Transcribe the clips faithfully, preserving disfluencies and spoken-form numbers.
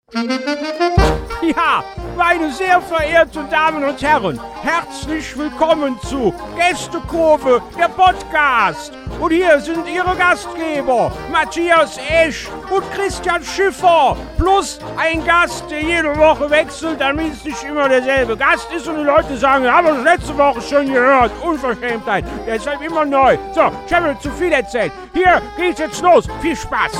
Ja, meine sehr verehrten Damen und Herren, herzlich willkommen zu Gästekurve, der Podcast. Und hier sind Ihre Gastgeber, Matthias Esch und Christian Schiffer. Plus ein Gast, der jede Woche wechselt, damit es nicht immer derselbe Gast ist. Und die Leute sagen, haben wir das letzte Woche schon gehört. Unverschämtheit, deshalb immer neu. So, ich habe zu viel erzählt. Hier geht's jetzt los. Viel Spaß.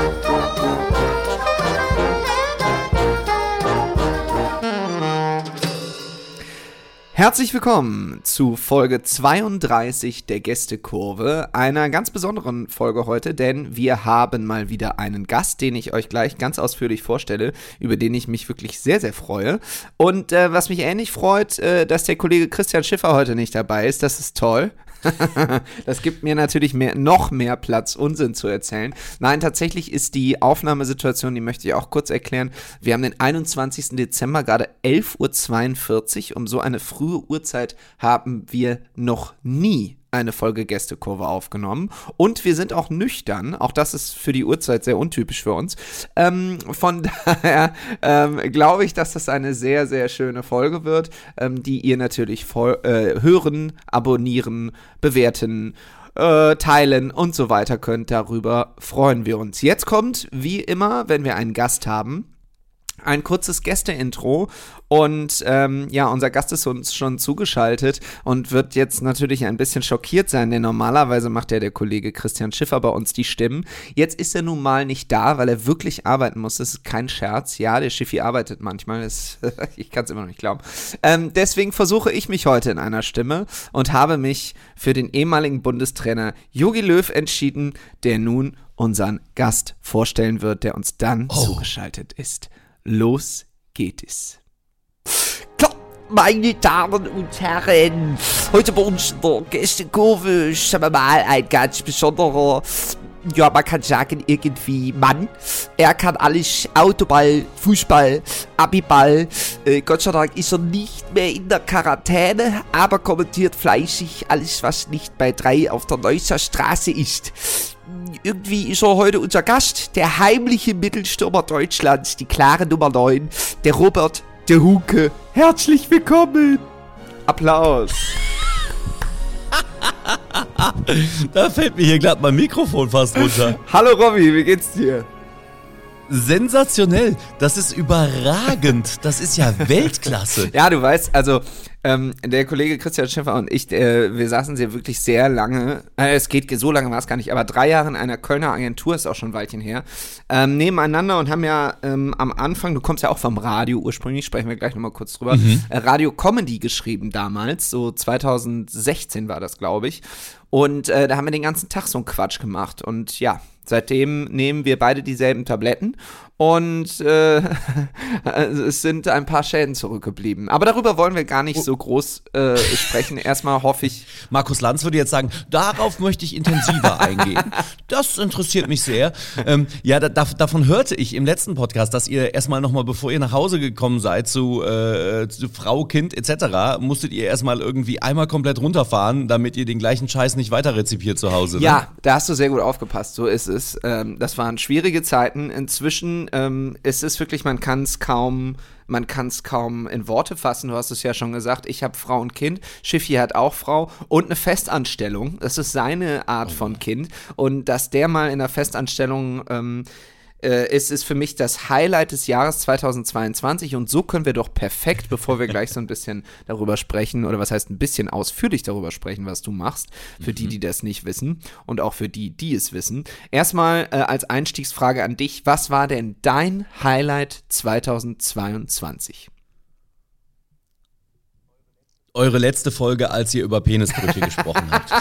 Herzlich willkommen zu Folge zweiunddreißig der Gästekurve, einer ganz besonderen Folge heute, denn wir haben mal wieder einen Gast, den ich euch gleich ganz ausführlich vorstelle, über den ich mich wirklich sehr, sehr freue. Und äh, was mich ähnlich freut, äh, dass der Kollege Christian Schiffer heute nicht dabei ist, das ist toll. Das gibt mir natürlich mehr, noch mehr Platz, Unsinn zu erzählen. Nein, tatsächlich ist die Aufnahmesituation, die möchte ich auch kurz erklären. Wir haben den einundzwanzigsten Dezember, gerade elf Uhr zweiundvierzig. Um so eine frühe Uhrzeit haben wir noch nie eine Folge Gästekurve aufgenommen. Und wir sind auch nüchtern. Auch das ist für die Uhrzeit sehr untypisch für uns. Ähm, von daher ähm, glaube ich, dass das eine sehr, sehr schöne Folge wird, ähm, die ihr natürlich voll, äh, hören, abonnieren, bewerten, äh, teilen und so weiter könnt. Darüber freuen wir uns. Jetzt kommt, wie immer, wenn wir einen Gast haben, ein kurzes Gäste-Intro und ähm, ja, unser Gast ist uns schon zugeschaltet und wird jetzt natürlich ein bisschen schockiert sein, denn normalerweise macht ja der Kollege Christian Schiffer bei uns die Stimmen. Jetzt ist er nun mal nicht da, weil er wirklich arbeiten muss. Das ist kein Scherz. Ja, der Schiffi arbeitet manchmal. Das, ich kann es immer noch nicht glauben. Ähm, deswegen versuche ich mich heute in einer Stimme und habe mich für den ehemaligen Bundestrainer Jogi Löw entschieden, der nun unseren Gast vorstellen wird, der uns dann oh. zugeschaltet ist. Los geht es. Meine Damen und Herren, heute bei uns in der Gästekurve, sagen wir mal, ein ganz besonderer, ja, man kann sagen, irgendwie Mann. Er kann alles, Autoball, Fußball, Abiball. Äh, Gott sei Dank ist er nicht mehr in der Quarantäne, aber kommentiert fleißig alles, was nicht bei drei auf der Neusser Straße ist. Irgendwie ist er heute unser Gast, der heimliche Mittelstürmer Deutschlands, die klare Nummer neun, der Robert de Hunke. Herzlich willkommen. Applaus. Da fällt mir hier glatt mein Mikrofon fast runter. Hallo Robby, wie geht's dir? Sensationell, das ist überragend, das ist ja Weltklasse. Ja, du weißt, also ähm, der Kollege Christian Schiffer und ich, äh, wir saßen sehr wirklich sehr lange, äh, es geht, so lange war es gar nicht, aber drei Jahre in einer Kölner Agentur, ist auch schon ein Weilchen her, ähm, nebeneinander und haben ja ähm, am Anfang, du kommst ja auch vom Radio ursprünglich, sprechen wir gleich nochmal kurz drüber, mhm. äh, Radio Comedy geschrieben damals, so zweitausendsechzehn war das, glaube ich. Und äh, da haben wir den ganzen Tag so einen Quatsch gemacht und ja, seitdem nehmen wir beide dieselben Tabletten und äh, es sind ein paar Schäden zurückgeblieben. Aber darüber wollen wir gar nicht so groß äh, sprechen. Erstmal hoffe ich... Markus Lanz würde jetzt sagen, darauf möchte ich intensiver eingehen. Das interessiert mich sehr. Ähm, ja, da, davon hörte ich im letzten Podcast, dass ihr erstmal nochmal, bevor ihr nach Hause gekommen seid zu, äh, zu Frau, Kind et cetera, musstet ihr erstmal irgendwie einmal komplett runterfahren, damit ihr den gleichen Scheiß nicht weiter rezipiert zu Hause. Ne? Ja, da hast du sehr gut aufgepasst, so ist es. Ähm, das waren schwierige Zeiten. Inzwischen ähm, ist es wirklich, man kann es kaum, man kann es kaum in Worte fassen. Du hast es ja schon gesagt, ich habe Frau und Kind, Schiffi hat auch Frau und eine Festanstellung. Das ist seine Art oh. von Kind. Und dass der mal in einer Festanstellung ähm, äh, ist, ist für mich das Highlight des Jahres zweitausendzweiundzwanzig und so können wir doch perfekt, bevor wir gleich so ein bisschen darüber sprechen, oder was heißt ein bisschen ausführlich darüber sprechen, was du machst, für mhm. die, die das nicht wissen und auch für die, die es wissen. Erstmal äh, als Einstiegsfrage an dich, was war denn dein Highlight zweitausendzweiundzwanzig? Eure letzte Folge, als ihr über Penisbrüche gesprochen habt.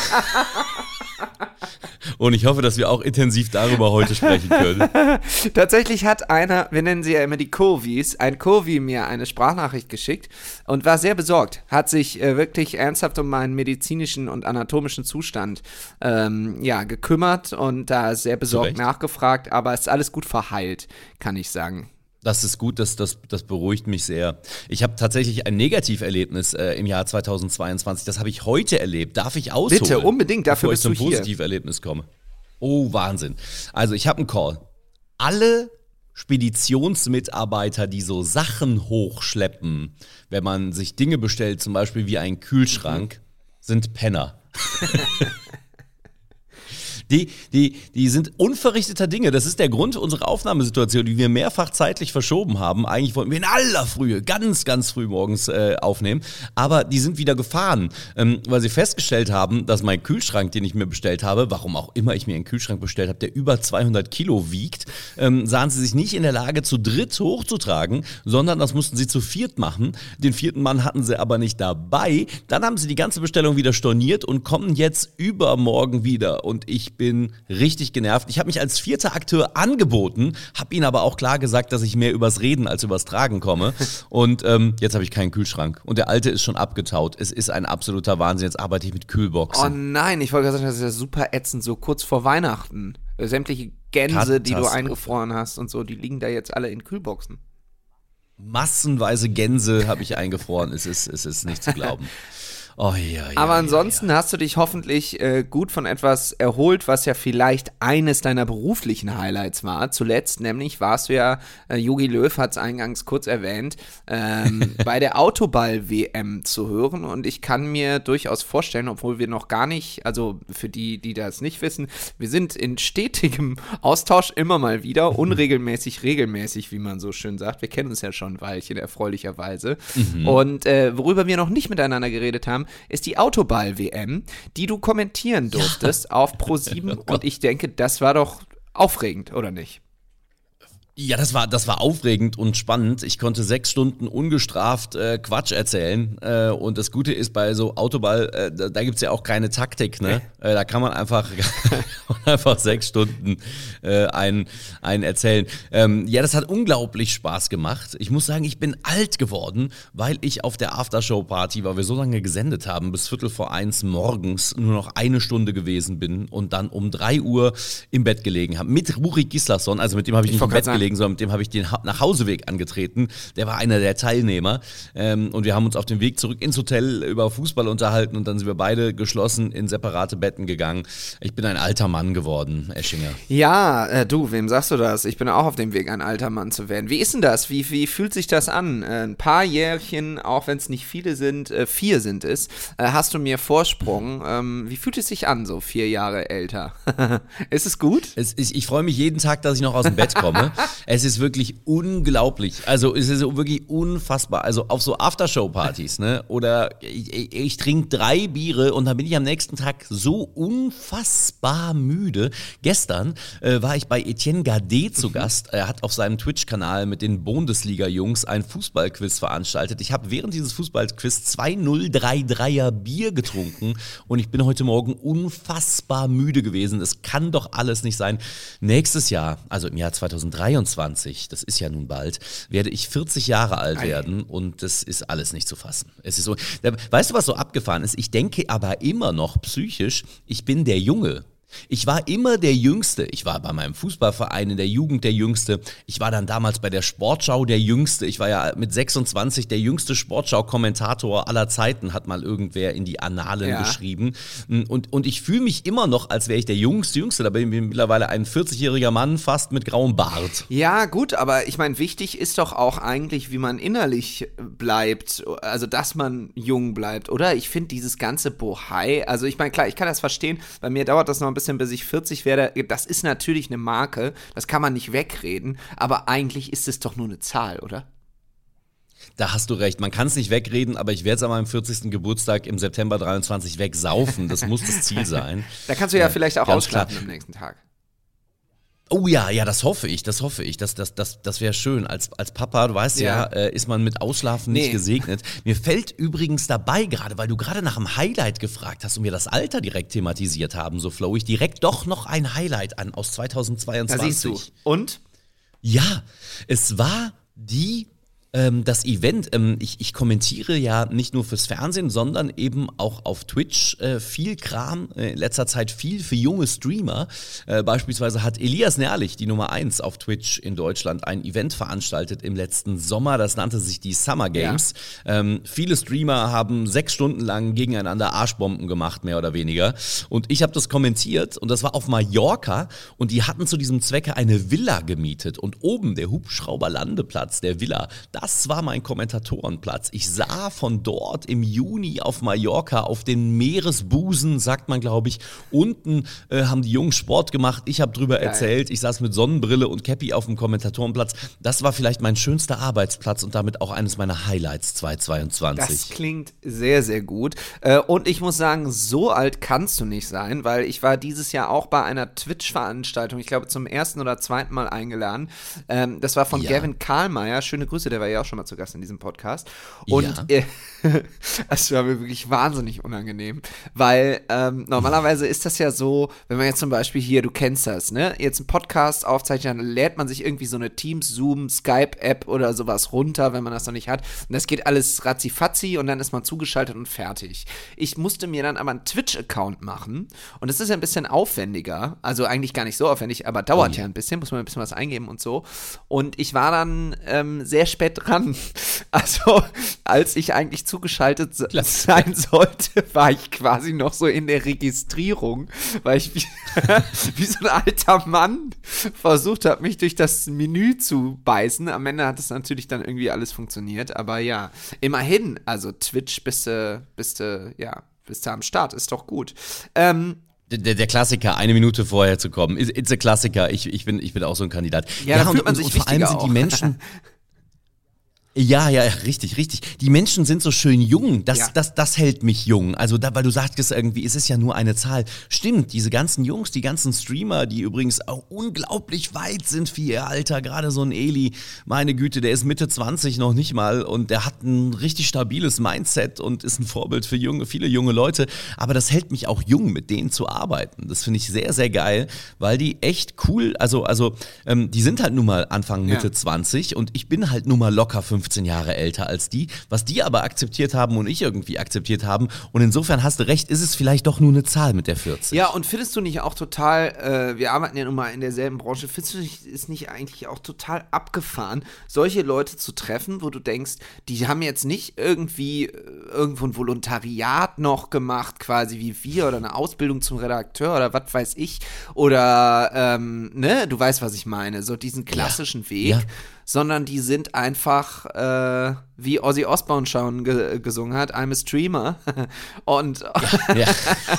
Und ich hoffe, dass wir auch intensiv darüber heute sprechen können. Tatsächlich hat einer, wir nennen sie ja immer die Covies, ein Covi mir eine Sprachnachricht geschickt und war sehr besorgt. Hat sich äh, wirklich ernsthaft um meinen medizinischen und anatomischen Zustand ähm, ja, gekümmert und da sehr besorgt nachgefragt, aber es ist alles gut verheilt, kann ich sagen. Das ist gut, das, das, das beruhigt mich sehr. Ich habe tatsächlich ein Negativerlebnis äh, im Jahr zweitausendzweiundzwanzig. Das habe ich heute erlebt. Darf ich ausholen? Bitte, unbedingt, dafür bevor bist du ich zum hier. Positiverlebnis komme. Oh, Wahnsinn. Also ich habe einen Call. Alle Speditionsmitarbeiter, die so Sachen hochschleppen, wenn man sich Dinge bestellt, zum Beispiel wie einen Kühlschrank, sind Penner. Die, die, die sind unverrichteter Dinge. Das ist der Grund für unsere Aufnahmesituation, die wir mehrfach zeitlich verschoben haben. Eigentlich wollten wir in aller Frühe, ganz, ganz früh morgens äh, aufnehmen. Aber die sind wieder gefahren, ähm, weil sie festgestellt haben, dass mein Kühlschrank, den ich mir bestellt habe, warum auch immer ich mir einen Kühlschrank bestellt habe, der über zweihundert Kilo wiegt, ähm, sahen sie sich nicht in der Lage, zu dritt hochzutragen, sondern das mussten sie zu viert machen. Den vierten Mann hatten sie aber nicht dabei. Dann haben sie die ganze Bestellung wieder storniert und kommen jetzt übermorgen wieder. Und ich bin richtig genervt. Ich habe mich als vierter Akteur angeboten, habe ihnen aber auch klar gesagt, dass ich mehr übers Reden als übers Tragen komme. Und ähm, jetzt habe ich keinen Kühlschrank. Und der alte ist schon abgetaut. Es ist ein absoluter Wahnsinn. Jetzt arbeite ich mit Kühlboxen. Oh nein, ich wollte gerade sagen, das ist ja super ätzend, so kurz vor Weihnachten. Sämtliche Gänse, die du eingefroren hast und so, die liegen da jetzt alle in Kühlboxen. Massenweise Gänse habe ich eingefroren. Es ist, es ist nicht zu glauben. Oh, ja, ja, Aber ansonsten ja, ja. hast du dich hoffentlich äh, gut von etwas erholt, was ja vielleicht eines deiner beruflichen Highlights war. Zuletzt nämlich warst du ja, äh, Jogi Löw hat es eingangs kurz erwähnt, ähm, bei der Autoball-W M zu hören. Und ich kann mir durchaus vorstellen, obwohl wir noch gar nicht, also für die, die das nicht wissen, wir sind in stetigem Austausch immer mal wieder, unregelmäßig, regelmäßig, wie man so schön sagt. Wir kennen uns ja schon ein Weilchen, erfreulicherweise. Mhm. Und äh, worüber wir noch nicht miteinander geredet haben, ist die Autoball-W M, die du kommentieren durftest ja. auf ProSieben. Oh und ich denke, das war doch aufregend, oder nicht? Ja, das war, das war aufregend und spannend. Ich konnte sechs Stunden ungestraft äh, Quatsch erzählen. Äh, und das Gute ist, bei so Autoball, äh, da, da gibt's ja auch keine Taktik, ne? Äh, da kann man einfach, einfach sechs Stunden äh, einen, einen erzählen. Ähm, ja, das hat unglaublich Spaß gemacht. Ich muss sagen, ich bin alt geworden, weil ich auf der Aftershow-Party, weil wir so lange gesendet haben, bis Viertel vor eins morgens nur noch eine Stunde gewesen bin und dann um drei Uhr im Bett gelegen habe. Mit Rurik Gislason, also mit dem habe ich, ich nicht im Bett sagen. gelegen, sondern mit dem habe ich den ha- Nachhauseweg angetreten. Der war einer der Teilnehmer. Ähm, und wir haben uns auf dem Weg zurück ins Hotel über Fußball unterhalten und dann sind wir beide geschlossen in separate Betten gegangen. Ich bin ein alter Mann geworden, Eschinger. Ja, äh, du, wem sagst du das? Ich bin auch auf dem Weg, ein alter Mann zu werden. Wie ist denn das? Wie, wie fühlt sich das an? Äh, ein paar Jährchen, auch wenn es nicht viele sind, äh, vier sind es, äh, hast du mir Vorsprung. Ähm, wie fühlt es sich an, so vier Jahre älter? Ist es gut? Es, ich ich freue mich jeden Tag, dass ich noch aus dem Bett komme. Es ist wirklich unglaublich. Also es ist wirklich unfassbar. Also auf so Aftershow-Partys, ne? Oder ich, ich, ich trinke drei Biere und dann bin ich am nächsten Tag so unfassbar müde. Gestern äh, war ich bei Etienne Gade zu Gast. Er hat auf seinem Twitch-Kanal mit den Bundesliga-Jungs ein Fußballquiz veranstaltet. Ich habe während dieses Fußballquiz zwei null drei dreier Bier getrunken und ich bin heute Morgen unfassbar müde gewesen. Es kann doch alles nicht sein. Nächstes Jahr, also im Jahr zweitausenddreiundzwanzig, das ist ja nun bald, werde ich vierzig Jahre alt werden und das ist alles nicht zu fassen. Es ist so, weißt du, was so abgefahren ist? Ich denke aber immer noch psychisch, ich bin der Junge. Ich war immer der Jüngste. Ich war bei meinem Fußballverein in der Jugend der Jüngste. Ich war dann damals bei der Sportschau der Jüngste. Ich war ja mit sechsundzwanzig der jüngste Sportschau-Kommentator aller Zeiten, hat mal irgendwer in die Annalen ja. geschrieben. Und, und ich fühle mich immer noch, als wäre ich der Jüngste, Jüngste. Da bin ich mittlerweile ein vierzigjähriger Mann, fast mit grauem Bart. Ja, gut, aber ich meine, wichtig ist doch auch eigentlich, wie man innerlich bleibt. Also, dass man jung bleibt, oder? Ich finde dieses ganze Bohai, also ich meine, klar, ich kann das verstehen. Bei mir dauert das noch ein bisschen, bis ich vierzig werde. Das ist natürlich eine Marke, das kann man nicht wegreden, aber eigentlich ist es doch nur eine Zahl, oder? Da hast du recht, man kann es nicht wegreden, aber ich werde es an meinem vierzigsten Geburtstag im September dreiundzwanzig wegsaufen, das muss das Ziel sein. Da kannst du ja, ja vielleicht auch ausschlafen klar. am nächsten Tag. Oh ja, ja, das hoffe ich, das hoffe ich. Das, das, das, das wäre schön. Als, als Papa, du weißt ja, ja äh, ist man mit Ausschlafen nee. nicht gesegnet. Mir fällt übrigens dabei gerade, weil du gerade nach einem Highlight gefragt hast und wir das Alter direkt thematisiert haben, so flow ich direkt doch noch ein Highlight an aus zweitausendzweiundzwanzig. Da siehst du. Und? Ja, es war die Ähm, das Event, ähm, ich, ich kommentiere ja nicht nur fürs Fernsehen, sondern eben auch auf Twitch äh, viel Kram, äh, in letzter Zeit viel für junge Streamer. Äh, beispielsweise hat Elias Nerlich, die Nummer eins auf Twitch in Deutschland, ein Event veranstaltet im letzten Sommer. Das nannte sich die Summer Games. Ja. Ähm, viele Streamer haben sechs Stunden lang gegeneinander Arschbomben gemacht, mehr oder weniger. Und ich habe das kommentiert und das war auf Mallorca und die hatten zu diesem Zwecke eine Villa gemietet. Und oben der Hubschrauberlandeplatz der Villa, das war mein Kommentatorenplatz. Ich sah von dort im Juni auf Mallorca auf den Meeresbusen, sagt man, glaube ich. Unten äh, haben die Jungs Sport gemacht. Ich habe drüber Geil. erzählt. Ich saß mit Sonnenbrille und Cappy auf dem Kommentatorenplatz. Das war vielleicht mein schönster Arbeitsplatz und damit auch eines meiner Highlights zweitausendzweiundzwanzig. Das klingt sehr, sehr gut. Und ich muss sagen, so alt kannst du nicht sein, weil ich war dieses Jahr auch bei einer Twitch-Veranstaltung, ich glaube zum ersten oder zweiten Mal eingeladen. Das war von ja. Gavin Karlmeier. Schöne Grüße, der war ja auch schon mal zu Gast in diesem Podcast. Und ja. äh, das war mir wirklich wahnsinnig unangenehm, weil ähm, normalerweise ist das ja so, wenn man jetzt zum Beispiel hier, du kennst das, ne, jetzt einen Podcast aufzeichnet, dann lädt man sich irgendwie so eine Teams, Zoom, Skype-App oder sowas runter, wenn man das noch nicht hat. Und das geht alles ratzi-fatzi und dann ist man zugeschaltet und fertig. Ich musste mir dann aber einen Twitch-Account machen und das ist ja ein bisschen aufwendiger, also eigentlich gar nicht so aufwendig, aber dauert oh. ja ein bisschen, muss man ein bisschen was eingeben und so. Und ich war dann ähm, sehr spät dran. Also, als ich eigentlich zugeschaltet Klar. sein sollte, war ich quasi noch so in der Registrierung, weil ich wie, wie so ein alter Mann versucht habe, mich durch das Menü zu beißen. Am Ende hat es natürlich dann irgendwie alles funktioniert, aber ja, immerhin, also Twitch bist du, bist du, ja, bist du am Start, ist doch gut. Ähm, Der, der Klassiker, eine Minute vorher zu kommen. It's a Klassiker. Ich, ich, bin, ich bin auch so ein Kandidat. Ja, ja da fühlt man sich und vor allem sind auch. die Menschen. Ja, ja, richtig, richtig. Die Menschen sind so schön jung. Das, ja. das, das hält mich jung. Also, da, weil du sagtest irgendwie, es ist ja nur eine Zahl. Stimmt, diese ganzen Jungs, die ganzen Streamer, die übrigens auch unglaublich weit sind für ihr Alter. Gerade so ein Eli, meine Güte, der ist Mitte zwanzig noch nicht mal und der hat ein richtig stabiles Mindset und ist ein Vorbild für junge, viele junge Leute. Aber das hält mich auch jung, mit denen zu arbeiten. Das finde ich sehr, sehr geil, weil die echt cool, also, also ähm, die sind halt nun mal Anfang, Mitte ja. zwanzig und ich bin halt nun mal locker fünfzehn Jahre älter als die, was die aber akzeptiert haben und ich irgendwie akzeptiert haben. Und insofern hast du recht, ist es vielleicht doch nur eine Zahl mit der vierzig. Ja, und findest du nicht auch total, äh, wir arbeiten ja nun mal in derselben Branche, findest du nicht, ist nicht eigentlich auch total abgefahren, solche Leute zu treffen, wo du denkst, die haben jetzt nicht irgendwie äh, irgendwo ein Volontariat noch gemacht, quasi wie wir, oder eine Ausbildung zum Redakteur oder was weiß ich, oder, ähm, ne, du weißt, was ich meine, so diesen klassischen ja. Weg. Ja. Sondern die sind einfach, äh, wie Ozzy Osbourne schon ge- gesungen hat, I'm a Streamer. und, ja, ja.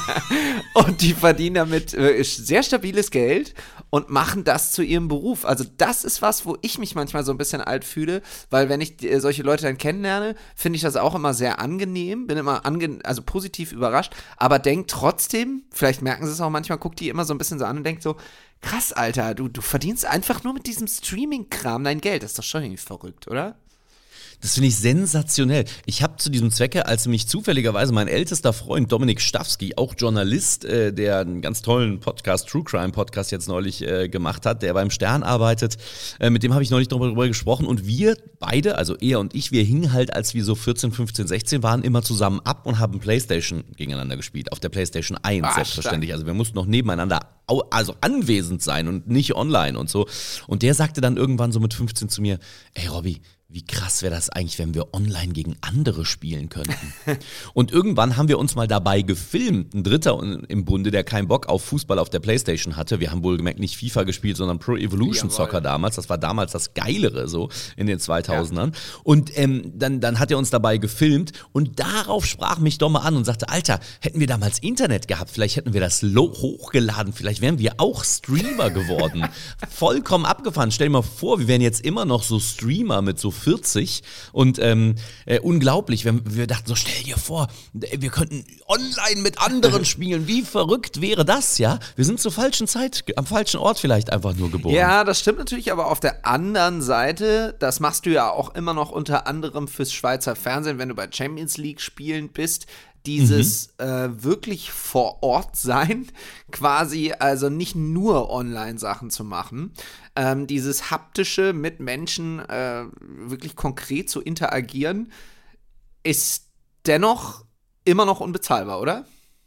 und die verdienen damit äh, sehr stabiles Geld und machen das zu ihrem Beruf. Also das ist was, wo ich mich manchmal so ein bisschen alt fühle, weil wenn ich äh, solche Leute dann kennenlerne, finde ich das auch immer sehr angenehm, bin immer ange- also positiv überrascht, aber denk trotzdem, vielleicht merken sie es auch manchmal, guckt die immer so ein bisschen so an und denkt so, krass, Alter, du, du verdienst einfach nur mit diesem Streaming-Kram dein Geld. Das ist doch schon irgendwie verrückt, oder? Das finde ich sensationell. Ich habe zu diesem Zwecke, als mich zufälligerweise mein ältester Freund Dominik Stawski, auch Journalist, äh, der einen ganz tollen Podcast, True Crime Podcast jetzt neulich äh, gemacht hat, der beim Stern arbeitet, äh, mit dem habe ich neulich darüber gesprochen und wir beide, also er und ich, wir hingen halt, als wir so vierzehn, fünfzehn, sechzehn waren, immer zusammen ab und haben Playstation gegeneinander gespielt, auf der Playstation eins Ach, selbstverständlich. Stark. Also wir mussten noch nebeneinander au- also anwesend sein und nicht online und so. Und der sagte dann irgendwann so mit fünfzehn zu mir, ey Robby, wie krass wäre das eigentlich, wenn wir online gegen andere spielen könnten. Und irgendwann haben wir uns mal dabei gefilmt, ein Dritter im Bunde, der keinen Bock auf Fußball auf der Playstation hatte. Wir haben wohlgemerkt nicht FIFA gespielt, sondern Pro Evolution Jawohl. Soccer damals. Das war damals das Geilere so in den zweitausendern. Ja. Und ähm, dann, dann hat er uns dabei gefilmt und darauf sprach mich Domme an und sagte, Alter, hätten wir damals Internet gehabt, vielleicht hätten wir das lo- hochgeladen, vielleicht wären wir auch Streamer geworden. Vollkommen abgefahren. Stell dir mal vor, wir wären jetzt immer noch so Streamer mit so vierzig und ähm, äh, unglaublich, wir, wir dachten so, stell dir vor, wir könnten online mit anderen spielen, wie verrückt wäre das, ja? Wir sind zur falschen Zeit, am falschen Ort vielleicht einfach nur geboren. Ja, das stimmt natürlich, aber auf der anderen Seite, das machst du ja auch immer noch unter anderem fürs Schweizer Fernsehen, wenn du bei Champions League spielen bist, dieses mhm. äh, wirklich vor Ort sein, quasi, also nicht nur Online-Sachen zu machen. ähm, dieses haptische mit Menschen äh, wirklich konkret zu interagieren, ist dennoch immer noch unbezahlbar, oder?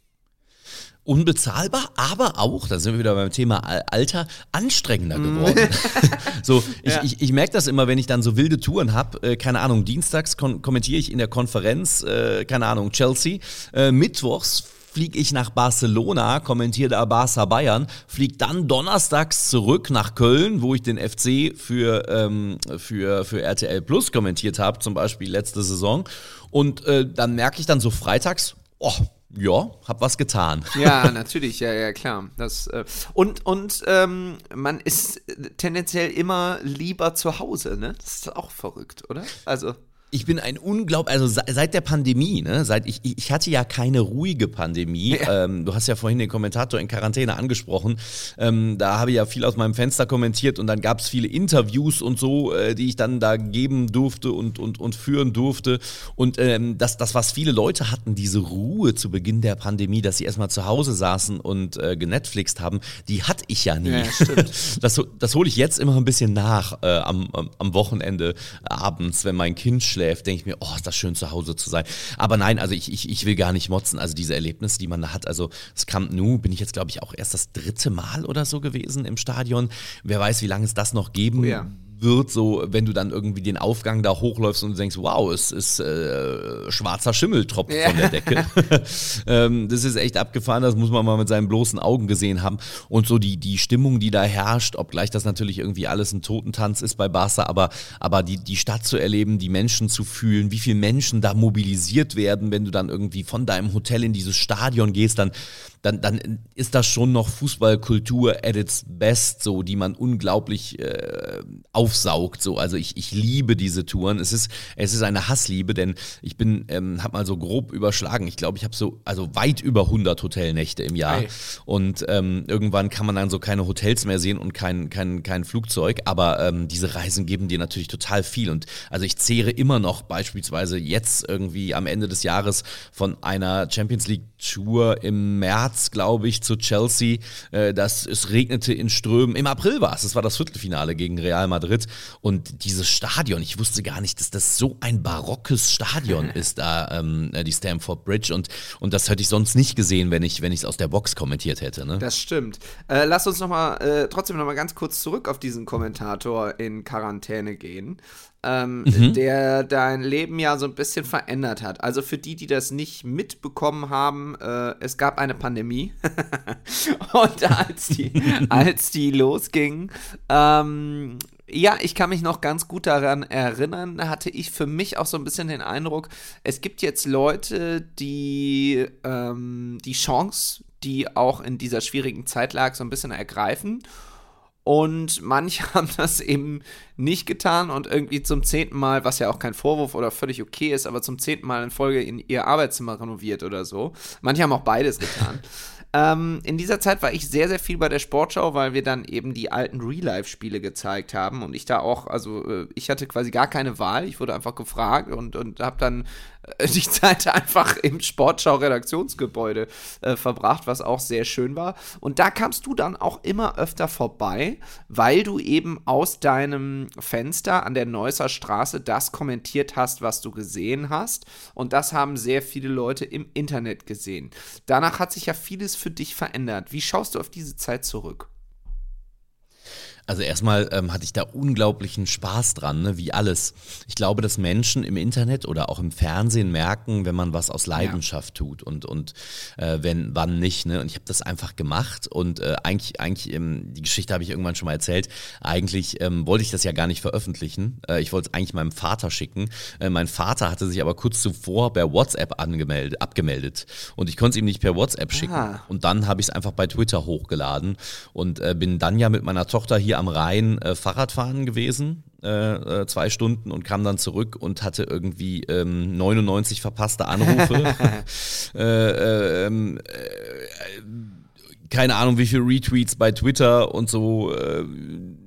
Unbezahlbar, aber auch, da sind wir wieder beim Thema Alter, anstrengender geworden. so, ich, Ja. ich, ich merke das immer, wenn ich dann so wilde Touren habe, äh, keine Ahnung, dienstags kon- kommentiere ich in der Konferenz, äh, keine Ahnung, Chelsea, äh, mittwochs fliege ich nach Barcelona, kommentiere da Barca Bayern, fliege dann donnerstags zurück nach Köln, wo ich den F C für, ähm, für, für R T L Plus kommentiert habe, zum Beispiel letzte Saison. Und äh, dann merke ich dann so freitags, oh, ja, hab was getan. Ja, natürlich, ja, ja, klar. Das, äh, und und ähm, man ist tendenziell immer lieber zu Hause, ne? Das ist auch verrückt, oder? Also. Ich bin ein unglaublich, also se- seit der Pandemie, ne, seit ich, ich hatte ja keine ruhige Pandemie. Ja. Ähm, du hast ja vorhin den Kommentator in Quarantäne angesprochen. Ähm, da habe ich ja viel aus meinem Fenster kommentiert und dann gab es viele Interviews und so, äh, die ich dann da geben durfte und, und, und führen durfte. Und ähm, das, das, was viele Leute hatten, diese Ruhe zu Beginn der Pandemie, dass sie erstmal zu Hause saßen und äh, genetflixt haben, die hatte ich ja nie. Ja, stimmt. Das, das hole ich jetzt immer ein bisschen nach äh, am, am, am Wochenende abends, wenn mein Kind schläft, denke ich mir, oh, ist das schön zu Hause zu sein. Aber nein, also ich, ich, ich will gar nicht motzen. Also diese Erlebnisse, die man da hat, also das Camp Nou bin ich jetzt, glaube ich, auch erst das dritte Mal oder so gewesen im Stadion. Wer weiß, wie lange es das noch geben Oh ja. wird, so wenn du dann irgendwie den Aufgang da hochläufst und du denkst, wow, es ist äh, schwarzer Schimmel tropft Ja. von der Decke. ähm, das ist echt abgefahren, das muss man mal mit seinen bloßen Augen gesehen haben. Und so die, die Stimmung, die da herrscht, obgleich das natürlich irgendwie alles ein Totentanz ist bei Barca, aber, aber die, die Stadt zu erleben, die Menschen zu fühlen, wie viele Menschen da mobilisiert werden, wenn du dann irgendwie von deinem Hotel in dieses Stadion gehst, dann Dann, dann ist das schon noch Fußballkultur at its best, so, die man unglaublich äh, aufsaugt. So. Also ich, ich liebe diese Touren. Es ist, es ist eine Hassliebe, denn ich bin, ähm, habe mal so grob überschlagen. Ich glaube, ich habe so, also weit über hundert Hotelnächte im Jahr. Ei. Und ähm, irgendwann kann man dann so keine Hotels mehr sehen und kein, kein, kein Flugzeug. Aber ähm, diese Reisen geben dir natürlich total viel. Und also ich zehre immer noch beispielsweise jetzt irgendwie am Ende des Jahres von einer Champions League Tour im März, glaube ich, zu Chelsea. Äh, das, es regnete in Strömen. Im April war es. Es war das Viertelfinale gegen Real Madrid. Und dieses Stadion, ich wusste gar nicht, dass das so ein barockes Stadion ist, da ähm, die Stamford Bridge. Und, und das hätte ich sonst nicht gesehen, wenn ich wenn ich es aus der Box kommentiert hätte. Ne? Das stimmt. Äh, lass uns noch mal, äh, trotzdem noch mal ganz kurz zurück auf diesen Kommentator in Quarantäne gehen, ähm, Mhm. der dein Leben ja so ein bisschen verändert hat. Also für die, die das nicht mitbekommen haben, äh, es gab eine Pandemie und als die, als die losging, ähm, ja, ich kann mich noch ganz gut daran erinnern, da hatte ich für mich auch so ein bisschen den Eindruck, es gibt jetzt Leute, die ähm, die Chance, die auch in dieser schwierigen Zeit lag, so ein bisschen ergreifen. Und manche haben das eben nicht getan und irgendwie zum zehnten Mal, was ja auch kein Vorwurf oder völlig okay ist, aber zum zehnten Mal in Folge in ihr Arbeitszimmer renoviert oder so. Manche haben auch beides getan. ähm, in dieser Zeit war ich sehr, sehr viel bei der Sportschau, weil wir dann eben die alten Real-Life-Spiele gezeigt haben und ich da auch, also äh, ich hatte quasi gar keine Wahl, ich wurde einfach gefragt und, und habe dann äh, die Zeit einfach im Sportschau-Redaktionsgebäude äh, verbracht, was auch sehr schön war. Und da kamst du dann auch immer öfter vorbei, weil du eben aus deinem Fenster an der Neusser Straße das kommentiert hast, was du gesehen hast. Und das haben sehr viele Leute im Internet gesehen. Danach hat sich ja vieles für dich verändert. Wie schaust du auf diese Zeit zurück? Also erstmal ähm, hatte ich da unglaublichen Spaß dran, ne, wie alles. Ich glaube, dass Menschen im Internet oder auch im Fernsehen merken, wenn man was aus Leidenschaft tut und, und äh, wenn, wann nicht. Ne? Und ich habe das einfach gemacht und äh, eigentlich, eigentlich ähm, die Geschichte habe ich irgendwann schon mal erzählt, eigentlich ähm, wollte ich das ja gar nicht veröffentlichen. Äh, ich wollte es eigentlich meinem Vater schicken. Äh, mein Vater hatte sich aber kurz zuvor per WhatsApp angemeldet, abgemeldet und ich konnte es ihm nicht per WhatsApp schicken. Ah. Und dann habe ich es einfach bei Twitter hochgeladen und äh, bin dann ja mit meiner Tochter hier am Rhein äh, Fahrradfahren gewesen, äh, äh, zwei Stunden und kam dann zurück und hatte irgendwie ähm, neunundneunzig verpasste Anrufe. äh, ähm, äh, keine Ahnung, wie viele Retweets bei Twitter und so, äh,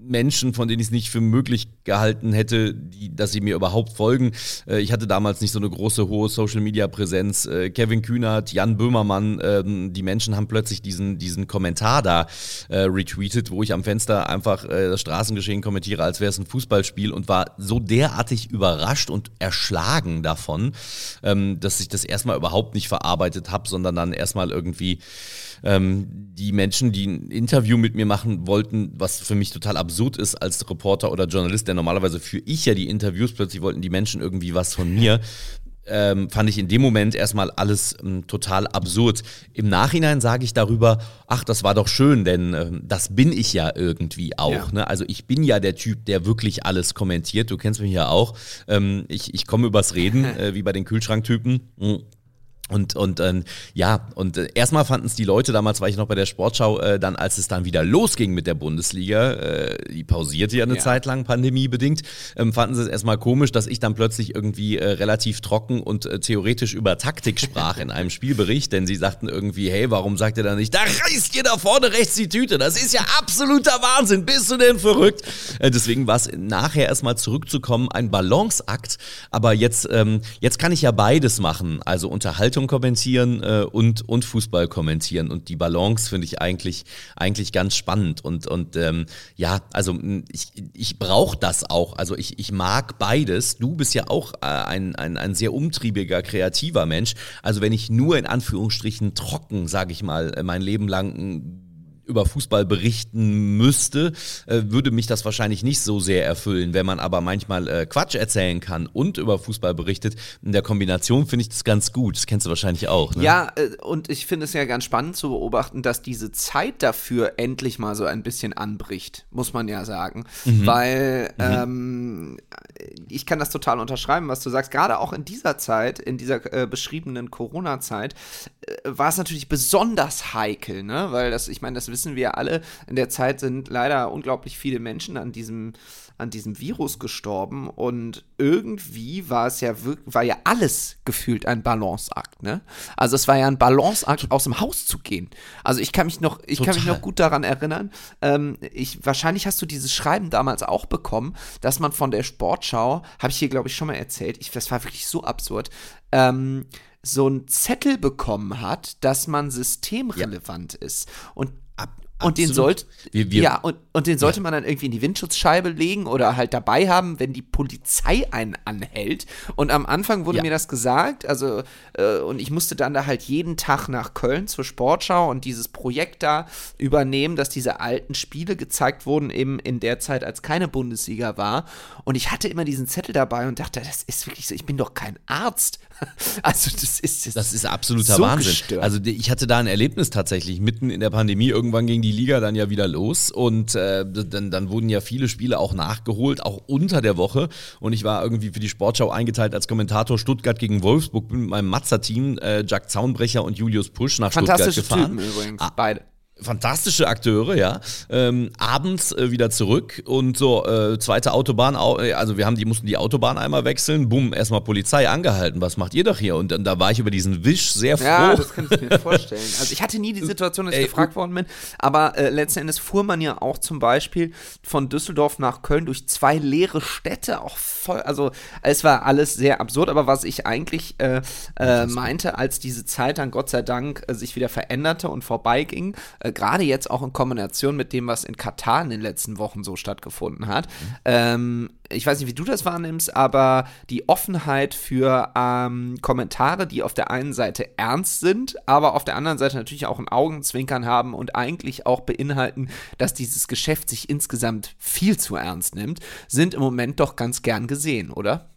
Menschen, von denen ich es nicht für möglich gehalten hätte, die, dass sie mir überhaupt folgen. Äh, ich hatte damals nicht so eine große, hohe Social-Media-Präsenz. Äh, Kevin Kühnert, Jan Böhmermann, ähm, die Menschen haben plötzlich diesen, diesen Kommentar da äh, retweetet, wo ich am Fenster einfach äh, das Straßengeschehen kommentiere, als wäre es ein Fußballspiel und war so derartig überrascht und erschlagen davon, ähm, dass ich das erstmal überhaupt nicht verarbeitet habe, sondern dann erstmal irgendwie ähm, die Menschen, die ein Interview mit mir machen wollten, was für mich total absurd ist als Reporter oder Journalist, denn normalerweise führe ich ja die Interviews, plötzlich wollten die Menschen irgendwie was von mir. Ähm, fand ich in dem Moment erstmal alles ähm, total absurd. Im Nachhinein sage ich darüber, ach, das war doch schön, denn ähm, das bin ich ja irgendwie auch. Ja. Ne? Also ich bin ja der Typ, der wirklich alles kommentiert. Du kennst mich ja auch. Ähm, ich, ich komme übers Reden, äh, wie bei den Kühlschranktypen. Mhm. Und, und äh, ja, und äh, erstmal fanden es die Leute, damals war ich noch bei der Sportschau, äh, dann als es dann wieder losging mit der Bundesliga, äh, die pausierte ja eine Ja. Zeit lang, pandemiebedingt, ähm, fanden sie es erstmal komisch, dass ich dann plötzlich irgendwie äh, relativ trocken und äh, theoretisch über Taktik sprach in einem Spielbericht, denn sie sagten irgendwie, hey, warum sagt ihr da nicht, da reißt ihr da vorne rechts die Tüte, das ist ja absoluter Wahnsinn, bist du denn verrückt? Äh, deswegen war es nachher erstmal zurückzukommen, ein Balanceakt, aber jetzt, ähm, jetzt kann ich ja beides machen, also Unterhaltung kommentieren äh, und, und Fußball kommentieren. Und die Balance finde ich eigentlich, eigentlich ganz spannend. Und, und ähm, ja, also ich, ich brauche das auch. Also ich, ich mag beides. Du bist ja auch äh, ein, ein, ein sehr umtriebiger, kreativer Mensch. Also wenn ich nur in Anführungsstrichen trocken, sage ich mal, mein Leben lang über Fußball berichten müsste, äh, würde mich das wahrscheinlich nicht so sehr erfüllen. Wenn man aber manchmal äh, Quatsch erzählen kann und über Fußball berichtet, in der Kombination finde ich das ganz gut. Das kennst du wahrscheinlich auch, ne? Ja, äh, und ich finde es ja ganz spannend zu beobachten, dass diese Zeit dafür endlich mal so ein bisschen anbricht, muss man ja sagen. Mhm. Weil mhm. ähm, ich kann das total unterschreiben, was du sagst. Gerade auch in dieser Zeit, in dieser äh, beschriebenen Corona-Zeit, äh, war es natürlich besonders heikel, ne? Weil das, ich meine, das wissen wir alle, in der Zeit sind leider unglaublich viele Menschen an diesem, an diesem Virus gestorben und irgendwie war es ja wirklich, war ja alles gefühlt ein Balanceakt, ne? Also es war ja ein Balanceakt, aus dem Haus zu gehen. Also ich kann mich noch, ich kann mich noch gut daran erinnern, ähm, ich, wahrscheinlich hast du dieses Schreiben damals auch bekommen, dass man von der Sportschau, habe ich hier glaube ich schon mal erzählt, ich, das war wirklich so absurd, ähm, so einen Zettel bekommen hat, dass man systemrelevant ja. ist. Und Und den, sollt, wir, wir, ja, und, und den sollte ja. man dann irgendwie in die Windschutzscheibe legen oder halt dabei haben, wenn die Polizei einen anhält. Und am Anfang wurde ja. mir das gesagt, also äh, und ich musste dann da halt jeden Tag nach Köln zur Sportschau und dieses Projekt da übernehmen, dass diese alten Spiele gezeigt wurden, eben in der Zeit, als keine Bundesliga war. Und ich hatte immer diesen Zettel dabei und dachte, das ist wirklich so, ich bin doch kein Arzt. Also das ist das, das ist absoluter so Wahnsinn. Gestört. Also ich hatte da ein Erlebnis tatsächlich, mitten in der Pandemie, irgendwann ging die Die Liga dann ja wieder los und äh, dann, dann wurden ja viele Spiele auch nachgeholt, auch unter der Woche und ich war irgendwie für die Sportschau eingeteilt als Kommentator Stuttgart gegen Wolfsburg, bin mit meinem Mazda-Team äh, Jack Zaunbrecher und Julius Pusch nach Stuttgart gefahren. Typen übrigens, ah, beide. Fantastische Akteure, ja. Ähm, abends äh, wieder zurück und so, äh, zweite Autobahn, also wir haben die, mussten die Autobahn einmal wechseln, bumm, erstmal Polizei angehalten, was macht ihr doch hier? Und dann da war ich über diesen Wisch sehr froh. Ja, das kann ich mir vorstellen. Also ich hatte nie die Situation, dass ich Ey, gefragt worden bin, aber äh, letzten Endes fuhr man ja auch zum Beispiel von Düsseldorf nach Köln durch zwei leere Städte, auch voll, also es war alles sehr absurd, aber was ich eigentlich äh, äh, meinte, als diese Zeit dann Gott sei Dank äh, sich wieder veränderte und vorbeiging, äh, gerade jetzt auch in Kombination mit dem, was in Katar in den letzten Wochen so stattgefunden hat. Mhm. Ähm, ich weiß nicht, wie du das wahrnimmst, aber die Offenheit für ähm, Kommentare, die auf der einen Seite ernst sind, aber auf der anderen Seite natürlich auch ein Augenzwinkern haben und eigentlich auch beinhalten, dass dieses Geschäft sich insgesamt viel zu ernst nimmt, sind im Moment doch ganz gern gesehen, oder?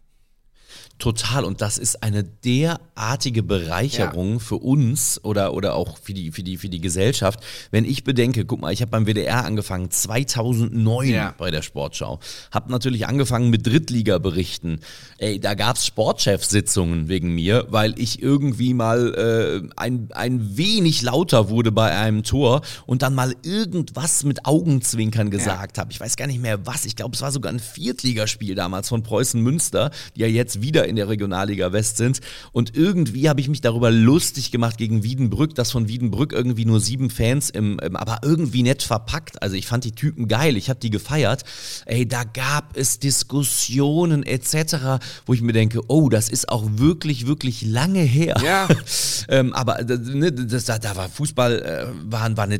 Total, und das ist eine derartige Bereicherung ja. für uns oder, oder auch für die, für, die, für die Gesellschaft. Wenn ich bedenke, guck mal, ich habe beim W D R angefangen, zweitausendneun ja. bei der Sportschau. Habe natürlich angefangen mit Drittliga-Berichten. Ey, da gab es Sportchefsitzungen wegen mir, weil ich irgendwie mal äh, ein, ein wenig lauter wurde bei einem Tor und dann mal irgendwas mit Augenzwinkern gesagt ja. habe. Ich weiß gar nicht mehr was. Ich glaube, es war sogar ein Viertligaspiel damals von Preußen Münster, die ja jetzt wieder in der Regionalliga West sind. Und irgendwie habe ich mich darüber lustig gemacht gegen Wiedenbrück, dass von Wiedenbrück irgendwie nur sieben Fans, im, im aber irgendwie nett verpackt. Also ich fand die Typen geil, ich habe die gefeiert. Ey, da gab es Diskussionen et cetera, wo ich mir denke, oh, das ist auch wirklich, wirklich lange her. Ja. ähm, aber ne, das, da, da war Fußball, äh, war, war eine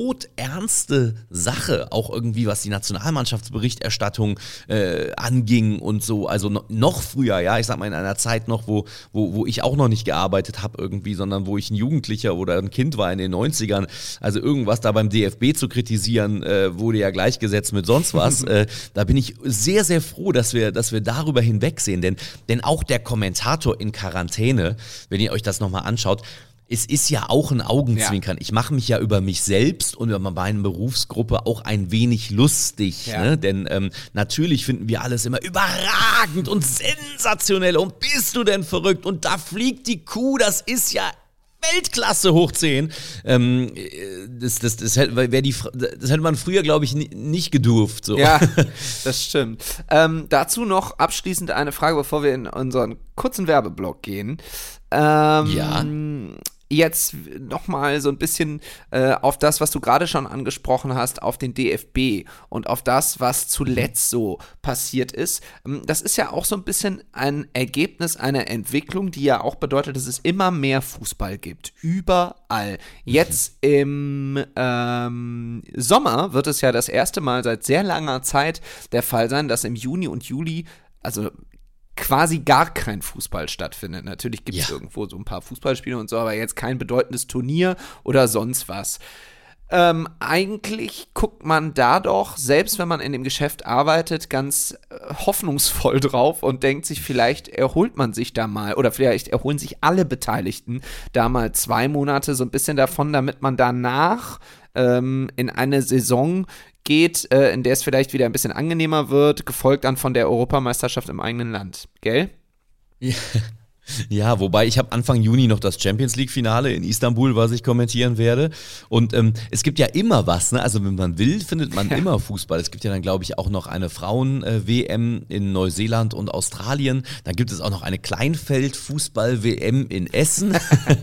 todernste Sache, auch irgendwie, was die Nationalmannschaftsberichterstattung äh, anging und so. Also no, noch früher, ja, ich sag mal in einer Zeit noch, wo, wo, wo ich auch noch nicht gearbeitet habe irgendwie, sondern wo ich ein Jugendlicher oder ein Kind war in den neunzigern. Also irgendwas da beim D F B zu kritisieren, äh, wurde ja gleichgesetzt mit sonst was. äh, da bin ich sehr, sehr froh, dass wir, dass wir darüber hinwegsehen. Denn, denn auch der Kommentator in Quarantäne, wenn ihr euch das nochmal anschaut, es ist ja auch ein Augenzwinkern. Ja. Ich mache mich ja über mich selbst und über meine Berufsgruppe auch ein wenig lustig. Ja. Ne? Denn ähm, natürlich finden wir alles immer überragend und sensationell. Und bist du denn verrückt? Und da fliegt die Kuh, das ist ja Weltklasse hoch zehn. Ähm, das, das, das, hätte, die, das hätte man früher, glaube ich, nicht gedurft. So. Ja, das stimmt. Ähm, dazu noch abschließend eine Frage, bevor wir in unseren kurzen Werbeblock gehen. Ähm, ja. Jetzt nochmal so ein bisschen äh, auf das, was du gerade schon angesprochen hast, auf den D F B und auf das, was zuletzt so passiert ist. Das ist ja auch so ein bisschen ein Ergebnis einer Entwicklung, die ja auch bedeutet, dass es immer mehr Fußball gibt. Überall. Jetzt im ähm, Sommer wird es ja das erste Mal seit sehr langer Zeit der Fall sein, dass im Juni und Juli, also quasi gar kein Fußball stattfindet. Natürlich gibt es ja irgendwo so ein paar Fußballspiele und so, aber jetzt kein bedeutendes Turnier oder sonst was. Ähm, eigentlich guckt man da doch, selbst wenn man in dem Geschäft arbeitet, ganz äh, hoffnungsvoll drauf und denkt sich, vielleicht erholt man sich da mal oder vielleicht erholen sich alle Beteiligten da mal zwei Monate so ein bisschen davon, damit man danach ähm, in eine Saison geht, äh, in der es vielleicht wieder ein bisschen angenehmer wird, gefolgt dann von der Europameisterschaft im eigenen Land, gell? Ja. Ja, wobei ich habe Anfang Juni noch das Champions-League-Finale in Istanbul, was ich kommentieren werde. Und ähm, es gibt ja immer was, ne? Also wenn man will, findet man ja immer Fußball. Es gibt ja dann, glaube ich, auch noch eine Frauen-W M in Neuseeland und Australien. Dann gibt es auch noch eine Kleinfeld-Fußball-W M in Essen,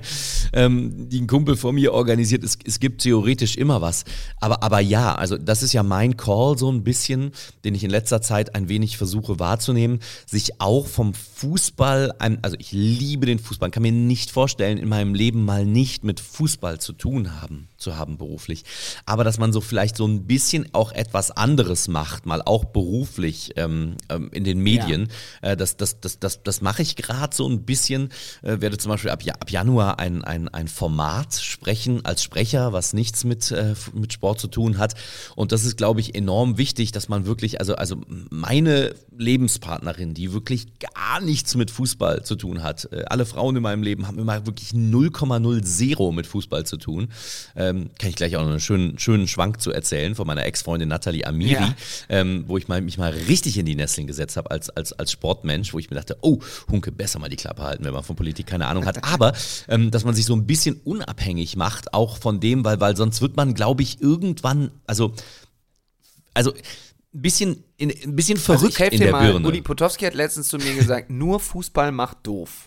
ähm, die ein Kumpel von mir organisiert. Es, es gibt theoretisch immer was. Aber, aber ja, also das ist ja mein Call so ein bisschen, den ich in letzter Zeit ein wenig versuche wahrzunehmen, sich auch vom Fußball, also ich Ich liebe den Fußball, kann mir nicht vorstellen, in meinem Leben mal nicht mit Fußball zu tun haben, zu haben beruflich. Aber dass man so vielleicht so ein bisschen auch etwas anderes macht, mal auch beruflich ähm, ähm, in den Medien, ja. äh, das, das, das, das, das mache ich gerade so ein bisschen. Äh, werde zum Beispiel ab, ja, ab Januar ein, ein, ein Format sprechen als Sprecher, was nichts mit, äh, mit Sport zu tun hat. Und das ist, glaube ich, enorm wichtig, dass man wirklich, also, also meine Lebenspartnerin, die wirklich gar nichts mit Fußball zu tun hat. Alle Frauen in meinem Leben haben immer wirklich null Komma null Zero mit Fußball zu tun. Ähm, kann ich gleich auch noch einen schönen, schönen Schwank zu erzählen von meiner Ex-Freundin Nathalie Amiri, ja. ähm, wo ich mal, mich mal richtig in die Nesseln gesetzt habe als, als, als Sportmensch, wo ich mir dachte, oh, Hunke, besser mal die Klappe halten, wenn man von Politik keine Ahnung hat. Aber, ähm, dass man sich so ein bisschen unabhängig macht, auch von dem, weil, weil sonst wird man, glaube ich, irgendwann, also, also, ein bisschen, in, ein bisschen verrückt also in der mal, Birne. Uli Potowski hat letztens zu mir gesagt, nur Fußball macht doof.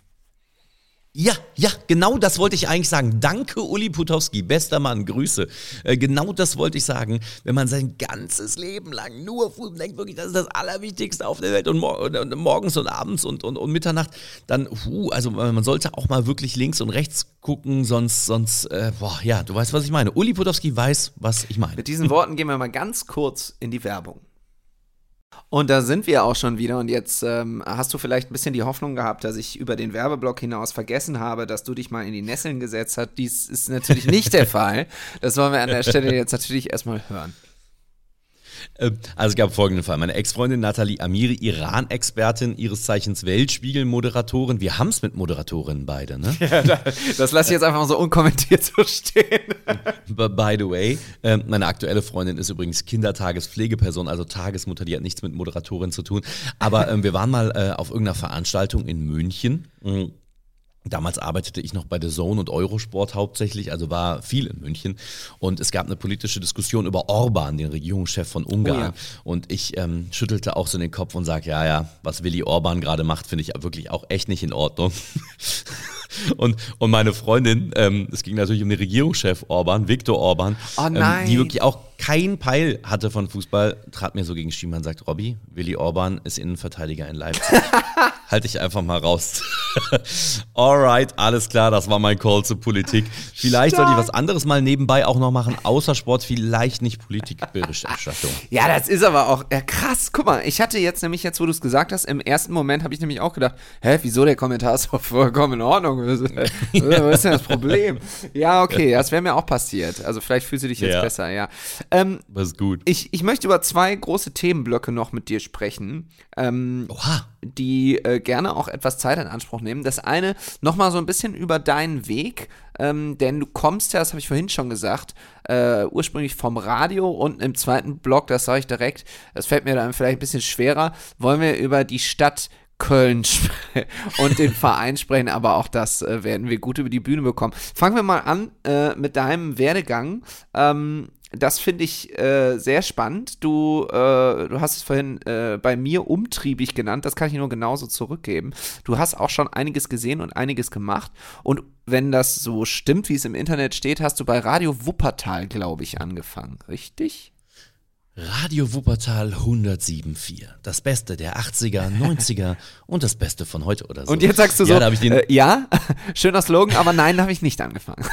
Ja, ja, genau das wollte ich eigentlich sagen. Danke, Uli Potowski, bester Mann, Grüße. Äh, genau das wollte ich sagen. Wenn man sein ganzes Leben lang nur Fußball denkt, wirklich, das ist das Allerwichtigste auf der Welt und, mor- und morgens und abends und, und, und Mitternacht, dann, huh, also man sollte auch mal wirklich links und rechts gucken, sonst, sonst, äh, boah, ja, du weißt, was ich meine. Uli Potowski weiß, was ich meine. Mit diesen Worten gehen wir mal ganz kurz in die Werbung. Und da sind wir auch schon wieder und jetzt ähm, hast du vielleicht ein bisschen die Hoffnung gehabt, dass ich über den Werbeblock hinaus vergessen habe, dass du dich mal in die Nesseln gesetzt hast. Dies ist natürlich nicht der Fall. Das wollen wir an der Stelle jetzt natürlich erstmal hören. Also es gab folgenden Fall. Meine Ex-Freundin Nathalie Amiri, Iran-Expertin, ihres Zeichens Weltspiegel-Moderatorin. Wir haben es mit Moderatorinnen beide, ne? Ja, das lasse ich jetzt einfach mal so unkommentiert so stehen. By the way, meine aktuelle Freundin ist übrigens Kindertagespflegeperson, also Tagesmutter, die hat nichts mit Moderatorin zu tun. Aber wir waren mal auf irgendeiner Veranstaltung in München. Damals arbeitete ich noch bei The Zone und Eurosport hauptsächlich, also war viel in München. Und es gab eine politische Diskussion über Orban, den Regierungschef von Ungarn. Oh ja. Und ich ähm, schüttelte auch so den Kopf und sagte, ja, ja, was Willi Orban gerade macht, finde ich wirklich auch echt nicht in Ordnung. Und, und meine Freundin, ähm, es ging natürlich um den Regierungschef Orban, Viktor Orban, oh nein. ähm, die wirklich auch kein Peil hatte von Fußball, trat mir so gegen Schienbein und sagt, Robby, Willi Orban ist Innenverteidiger in Leipzig. Halte ich einfach mal raus. Alright, alles klar, das war mein Call zur Politik. Vielleicht Stark. sollte ich was anderes mal nebenbei auch noch machen, außer Sport, vielleicht nicht Politikberichterstattung. Ja, das ist aber auch ja, krass. Guck mal, ich hatte jetzt nämlich, jetzt wo du es gesagt hast, im ersten Moment habe ich nämlich auch gedacht, hä, wieso, der Kommentar ist doch vollkommen in Ordnung. Was ist denn das Problem? Ja, okay, das wäre mir auch passiert. Also vielleicht fühlst du dich jetzt ja. besser, ja. Ähm, das ist gut. Ich, ich möchte über zwei große Themenblöcke noch mit dir sprechen, ähm, Oha. die äh, gerne auch etwas Zeit in Anspruch nehmen. Das eine, nochmal so ein bisschen über deinen Weg, ähm, denn du kommst ja, das habe ich vorhin schon gesagt, äh, ursprünglich vom Radio, und im zweiten Block, das sage ich direkt, das fällt mir dann vielleicht ein bisschen schwerer, wollen wir über die Stadt Köln und den Verein sprechen, aber auch das äh, werden wir gut über die Bühne bekommen. Fangen wir mal an äh, mit deinem Werdegang. Ähm, das finde ich äh, sehr spannend. Du, äh, du hast es vorhin äh, bei mir umtriebig genannt, das kann ich nur genauso zurückgeben. Du hast auch schon einiges gesehen und einiges gemacht, und wenn das so stimmt, wie es im Internet steht, hast du bei Radio Wuppertal, glaube ich, angefangen, richtig? Radio Wuppertal hundertsieben Komma vier. Das Beste der achtziger, neunziger und das Beste von heute oder so. Und jetzt sagst du ja, so, da hab ich den äh, ja, schöner Slogan, aber nein, da habe ich nicht angefangen.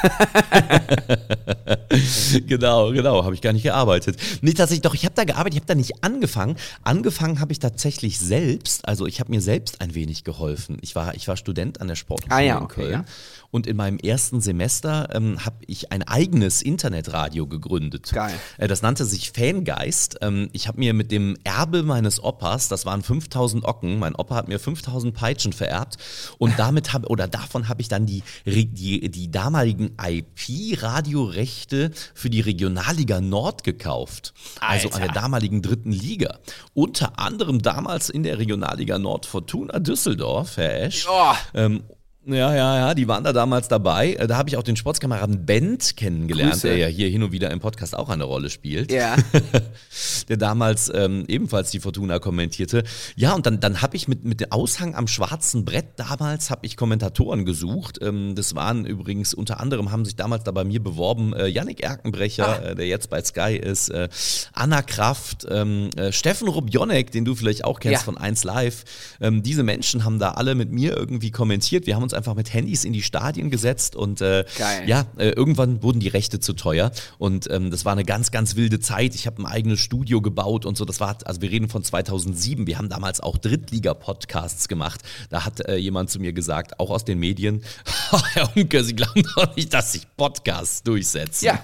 Genau, genau, habe ich gar nicht gearbeitet. Nee, tatsächlich, doch, ich habe da gearbeitet, ich habe da nicht angefangen. Angefangen habe ich tatsächlich selbst, also ich habe mir selbst ein wenig geholfen. Ich war, ich war Student an der Sporthochschule ah, ja, in okay, Köln. Ja. Und in meinem ersten Semester ähm, habe ich ein eigenes Internetradio gegründet. Geil. Äh, das nannte sich Fangeist. Ähm, ich habe mir mit dem Erbe meines Opas, das waren fünftausend Ocken, mein Opa hat mir fünftausend Peitschen vererbt, und damit habe, oder davon habe ich dann die, die, die damaligen I P-Radiorechte für die Regionalliga Nord gekauft. Also Alter. an der damaligen dritten Liga. Unter anderem damals in der Regionalliga Nord Fortuna Düsseldorf, Herr Esch. Oh. Ähm, Ja, ja, ja, die waren da damals dabei. Da habe ich auch den Sportskameraden Bent kennengelernt, Grüße. der ja hier hin und wieder im Podcast auch eine Rolle spielt. Ja. Der damals ähm, ebenfalls die Fortuna kommentierte. Ja, und dann, dann habe ich mit, mit dem Aushang am schwarzen Brett, damals habe ich Kommentatoren gesucht. Ähm, das waren übrigens, unter anderem haben sich damals da bei mir beworben, äh, Yannick Erkenbrecher, äh, der jetzt bei Sky ist, äh, Anna Kraft, ähm, äh, Steffen Rubjonek, den du vielleicht auch kennst Ja. von eins Live. Ähm, diese Menschen haben da alle mit mir irgendwie kommentiert. Wir haben uns einfach mit Handys in die Stadien gesetzt und äh, Geil. ja, äh, irgendwann wurden die Rechte zu teuer, und ähm, das war eine ganz, ganz wilde Zeit. Ich habe ein eigenes Studio gebaut und so. Das war, also wir reden von zweitausendsieben. Wir haben damals auch Drittliga-Podcasts gemacht. Da hat äh, jemand zu mir gesagt, auch aus den Medien, Herr Hunke, Sie glauben doch nicht, dass sich Podcasts durchsetzen. Ja.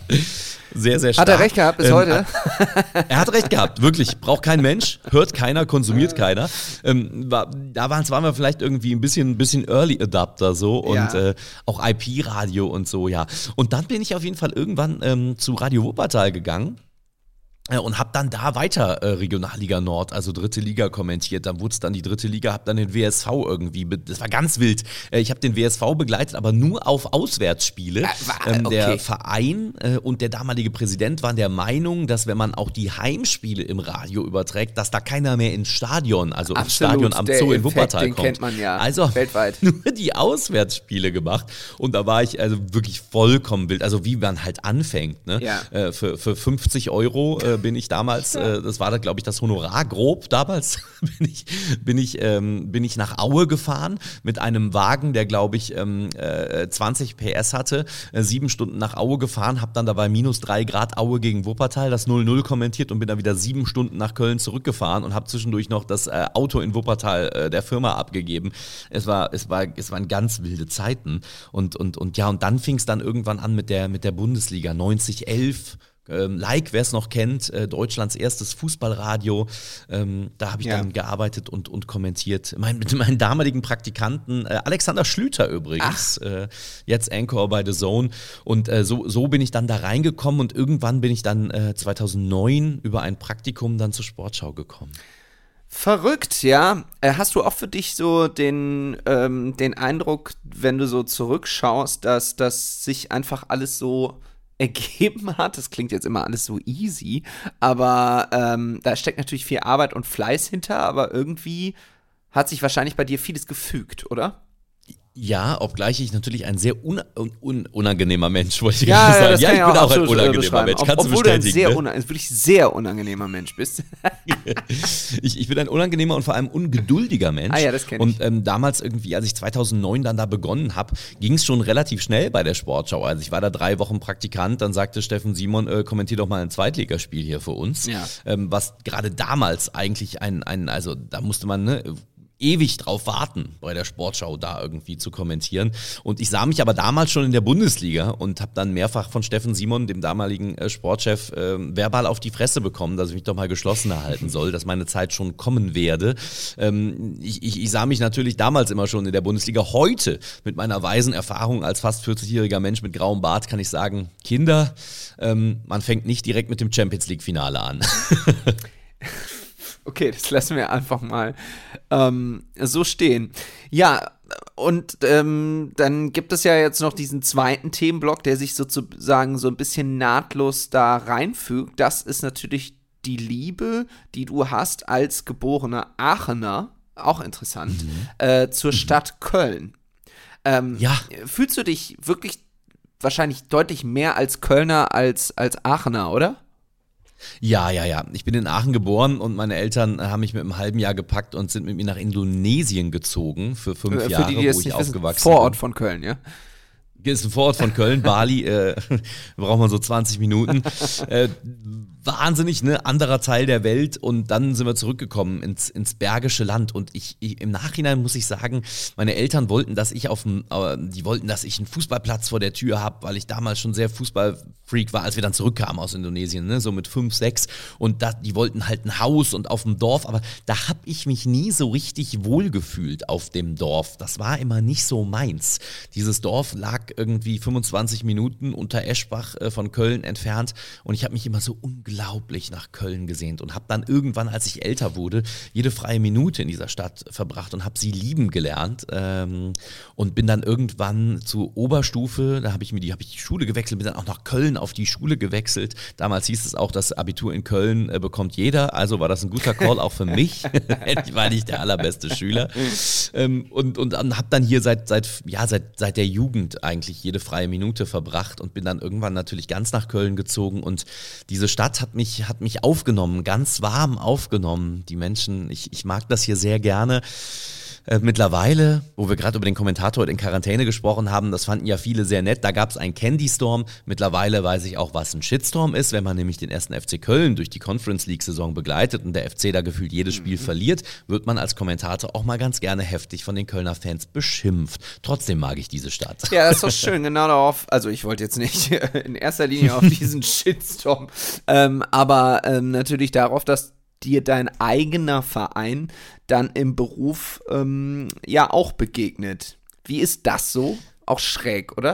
Sehr, sehr stark. Hat er recht gehabt bis ähm, heute? Er hat recht gehabt, wirklich. Braucht kein Mensch, hört keiner, konsumiert keiner. Ähm, war, da waren, waren wir vielleicht irgendwie ein bisschen, bisschen Early Adapter so, und Ja. äh, auch I P-Radio und so, ja. Und dann bin ich auf jeden Fall irgendwann ähm, zu Radio Wuppertal gegangen. Und habe dann da weiter äh, Regionalliga Nord, also dritte Liga kommentiert. Dann wurde es dann die dritte Liga, habe dann den W S V irgendwie, be- das war ganz wild. Äh, ich habe den W S V begleitet, aber nur auf Auswärtsspiele. Ah, wa- ähm, der okay. Verein äh, und der damalige Präsident waren der Meinung, dass wenn man auch die Heimspiele im Radio überträgt, dass da keiner mehr ins Stadion, also ins Absolut, Stadion am der Zoo in Effekt, Wuppertal den kommt. kennt man ja Also weltweit. nur die Auswärtsspiele gemacht, und da war ich also wirklich vollkommen wild. Also wie man halt anfängt. Ne? Ja. Äh, für, für fünfzig Euro äh, bin ich damals, äh, das war da glaube ich das Honorar grob damals, bin ich, bin ich, ähm, bin ich nach Aue gefahren mit einem Wagen, der glaube ich ähm, äh, zwanzig P S hatte, äh, sieben Stunden nach Aue gefahren, habe dann dabei minus drei Grad Aue gegen Wuppertal das null null kommentiert und bin dann wieder sieben Stunden nach Köln zurückgefahren und habe zwischendurch noch das äh, Auto in Wuppertal äh, der Firma abgegeben. Es war, es war, es waren ganz wilde Zeiten, und, und, und ja, und dann fing es dann irgendwann an mit der, mit der Bundesliga neunzig elf. Ähm, like, wer es noch kennt, äh, Deutschlands erstes Fußballradio, ähm, da habe ich Ja. dann gearbeitet und, und kommentiert. Mein, mit meinen damaligen Praktikanten, äh, Alexander Schlüter übrigens, äh, jetzt Anchor bei The Zone, und äh, so, so bin ich dann da reingekommen, und irgendwann bin ich dann äh, zweitausendneun über ein Praktikum dann zur Sportschau gekommen. Verrückt, ja. Äh, hast du auch für dich so den, ähm, den Eindruck, wenn du so zurückschaust, dass das sich einfach alles so ergeben hat? Das klingt jetzt immer alles so easy, aber ähm, da steckt natürlich viel Arbeit und Fleiß hinter, aber irgendwie hat sich wahrscheinlich bei dir vieles gefügt, oder? Ja, obgleich ich natürlich ein sehr un un unangenehmer Mensch, wollte ich Ja, gerade ja, sagen. das Ja, kann ich ich bin auch auch ein absolut unangenehmer beschreiben. Mensch, Ob- kannst du Obwohl du ein bestätigen. sehr Ne? una- wirklich sehr unangenehmer Mensch bist. Ich, ich bin ein unangenehmer und vor allem ungeduldiger Mensch. Ah ja, das kenn ich. Und ähm, damals irgendwie, als ich zweitausendneun dann da begonnen habe, ging es schon relativ schnell bei der Sportschau. Also ich war da drei Wochen Praktikant, dann sagte Steffen Simon, äh, kommentier doch mal ein Zweitligaspiel hier für uns. Ja. Ähm, was gerade damals eigentlich ein, ein, also da musste man, ne, ewig drauf warten, bei der Sportschau da irgendwie zu kommentieren. Und ich sah mich aber damals schon in der Bundesliga und habe dann mehrfach von Steffen Simon, dem damaligen äh, Sportchef, äh, verbal auf die Fresse bekommen, dass ich mich doch mal geschlossener halten soll, dass meine Zeit schon kommen werde. Ähm, ich, ich, ich sah mich natürlich damals immer schon in der Bundesliga. Heute, mit meiner weisen Erfahrung als fast vierzigjähriger Mensch mit grauem Bart, kann ich sagen, Kinder, ähm, man fängt nicht direkt mit dem Champions-League-Finale an. Okay, das lassen wir einfach mal ähm, so stehen. Ja, und ähm, dann gibt es ja jetzt noch diesen zweiten Themenblock, der sich sozusagen so ein bisschen nahtlos da reinfügt. Das ist natürlich die Liebe, die du hast als geborener Aachener, auch interessant, mhm. äh, zur mhm. Stadt Köln. Ähm, ja. Fühlst du dich wirklich wahrscheinlich deutlich mehr als Kölner als, als Aachener, oder? Ja, ja, ja. Ich bin in Aachen geboren und meine Eltern haben mich mit einem halben Jahr gepackt und sind mit mir nach Indonesien gezogen für fünf für Jahre, die, die wo ich nicht aufgewachsen wissen, Vorort bin. von Köln, ja? Ist ein Vorort von Köln, Bali, äh, braucht man so zwanzig Minuten. Äh, wahnsinnig, ne, anderer Teil der Welt und dann sind wir zurückgekommen ins, ins Bergische Land und ich, ich, im Nachhinein muss ich sagen, meine Eltern wollten, dass ich auf dem, äh, die wollten, dass ich einen Fußballplatz vor der Tür habe, weil ich damals schon sehr Fußballfreak war, als wir dann zurückkamen aus Indonesien, ne, so mit fünf, sechs und da, die wollten halt ein Haus und auf dem Dorf, aber da habe ich mich nie so richtig wohlgefühlt auf dem Dorf. Das war immer nicht so meins. Dieses Dorf lag irgendwie fünfundzwanzig Minuten unter Eschbach äh, von Köln entfernt und ich habe mich immer so unglaublich nach Köln gesehnt und habe dann irgendwann, als ich älter wurde, jede freie Minute in dieser Stadt verbracht und habe sie lieben gelernt ähm, und bin dann irgendwann zur Oberstufe, da habe ich mir die, habe ich die Schule gewechselt, bin dann auch nach Köln auf die Schule gewechselt. Damals hieß es auch, das Abitur in Köln äh, bekommt jeder, also war das ein guter Call auch für mich. Ich war nicht der allerbeste Schüler ähm, und, und habe dann hier seit, seit, ja, seit, seit der Jugend eigentlich jede freie Minute verbracht und bin dann irgendwann natürlich ganz nach Köln gezogen und diese Stadt hat mich, hat mich aufgenommen, ganz warm aufgenommen. Die Menschen, ich, ich mag das hier sehr gerne. Äh, mittlerweile, wo wir gerade über den Kommentator in Quarantäne gesprochen haben, das fanden ja viele sehr nett, da gab es einen Candy Storm. Mittlerweile weiß ich auch, was ein Shitstorm ist, wenn man nämlich den ersten F C Köln durch die Conference League Saison begleitet und der F C da gefühlt jedes Spiel mhm. verliert, wird man als Kommentator auch mal ganz gerne heftig von den Kölner Fans beschimpft. Trotzdem mag ich diese Stadt. Ja, das ist doch schön, genau darauf, also ich wollte jetzt nicht in erster Linie auf diesen Shitstorm, ähm, aber ähm, natürlich darauf, dass dir dein eigener Verein dann im Beruf ähm, ja auch begegnet. Wie ist das so? Auch schräg, oder?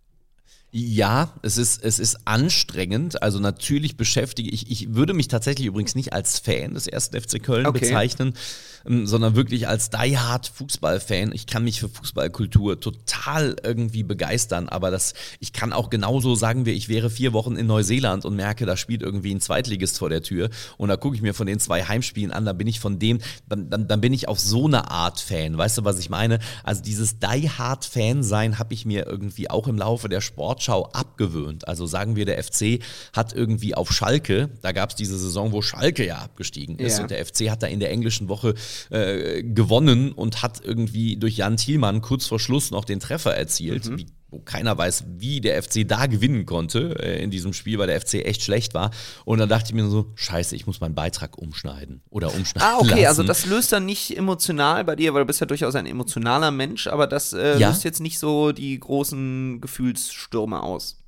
Ja, es ist, es ist anstrengend. Also natürlich beschäftige ich, ich würde mich tatsächlich übrigens nicht als Fan des ersten F C Köln okay. bezeichnen, sondern wirklich als die-hard Fußballfan. Ich kann mich für Fußballkultur total irgendwie begeistern, aber das, ich kann auch genauso sagen, wie ich wäre vier Wochen in Neuseeland und merke, da spielt irgendwie ein Zweitligist vor der Tür und da gucke ich mir von den zwei Heimspielen an, da bin ich von dem, dann, dann, dann bin ich auf so eine Art Fan. Weißt du, was ich meine? Also dieses die-hard Fan sein habe ich mir irgendwie auch im Laufe der Sportschau abgewöhnt. Also sagen wir, der F C hat irgendwie auf Schalke, da gab es diese Saison, wo Schalke ja abgestiegen ist ja. und der F C hat da in der englischen Woche äh, gewonnen und hat irgendwie durch Jan Thielmann kurz vor Schluss noch den Treffer erzielt, mhm. wie, wo keiner weiß, wie der F C da gewinnen konnte äh, in diesem Spiel, weil der F C echt schlecht war. Und dann dachte ich mir so, scheiße, ich muss meinen Beitrag umschneiden oder umschneiden Ah, okay, lassen. also das löst dann nicht emotional bei dir, weil du bist ja durchaus ein emotionaler Mensch, aber das äh, ja? löst jetzt nicht so die großen Gefühlsstürme aus.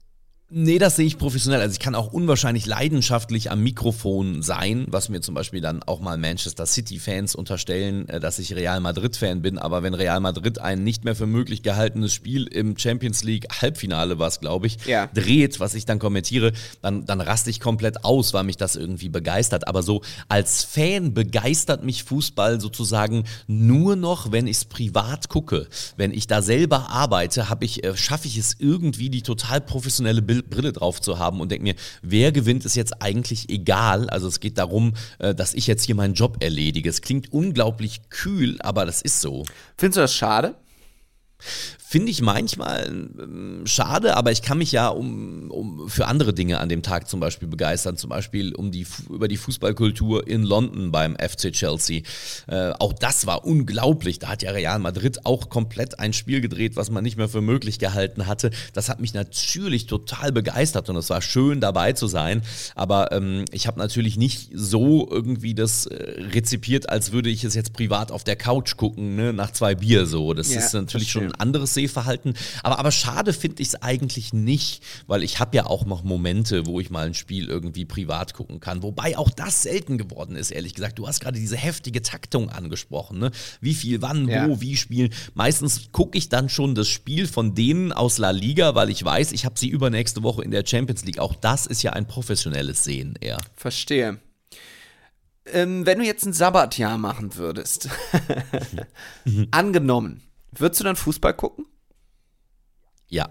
Nee, das sehe ich professionell. Also ich kann auch unwahrscheinlich leidenschaftlich am Mikrofon sein, was mir zum Beispiel dann auch mal Manchester City-Fans unterstellen, dass ich Real Madrid-Fan bin. Aber wenn Real Madrid ein nicht mehr für möglich gehaltenes Spiel im Champions League-Halbfinale, war es, glaube ich, ja. dreht, was ich dann kommentiere, dann, dann raste ich komplett aus, weil mich das irgendwie begeistert. Aber so als Fan begeistert mich Fußball sozusagen nur noch, wenn ich es privat gucke. Wenn ich da selber arbeite, habe ich, äh, schaffe ich es irgendwie, die total professionelle Bild Brille drauf zu haben und denke mir, wer gewinnt, ist jetzt eigentlich egal. Also es geht darum, dass ich jetzt hier meinen Job erledige. Es klingt unglaublich kühl, aber das ist so. Findest du das schade? Finde ich manchmal ähm, schade, aber ich kann mich ja um, um für andere Dinge an dem Tag zum Beispiel begeistern, zum Beispiel um die, über die Fußballkultur in London beim F C Chelsea. Äh, auch das war unglaublich, da hat ja Real Madrid auch komplett ein Spiel gedreht, was man nicht mehr für möglich gehalten hatte. Das hat mich natürlich total begeistert und es war schön dabei zu sein, aber ähm, ich habe natürlich nicht so irgendwie das äh, rezipiert, als würde ich es jetzt privat auf der Couch gucken, ne, nach zwei Bier so. Das ja, ist natürlich schon ein anderes Sehverhalten. Aber, aber schade finde ich es eigentlich nicht, weil ich habe ja auch noch Momente, wo ich mal ein Spiel irgendwie privat gucken kann. Wobei auch das selten geworden ist, ehrlich gesagt. Du hast gerade diese heftige Taktung angesprochen. Ne? Wie viel, wann, ja. wo, wie spielen. Meistens gucke ich dann schon das Spiel von denen aus La Liga, weil ich weiß, ich habe sie übernächste Woche in der Champions League. Auch das ist ja ein professionelles Sehen eher. Verstehe. Ähm, wenn du jetzt ein Sabbatjahr machen würdest, angenommen, würdest du dann Fußball gucken? Ja.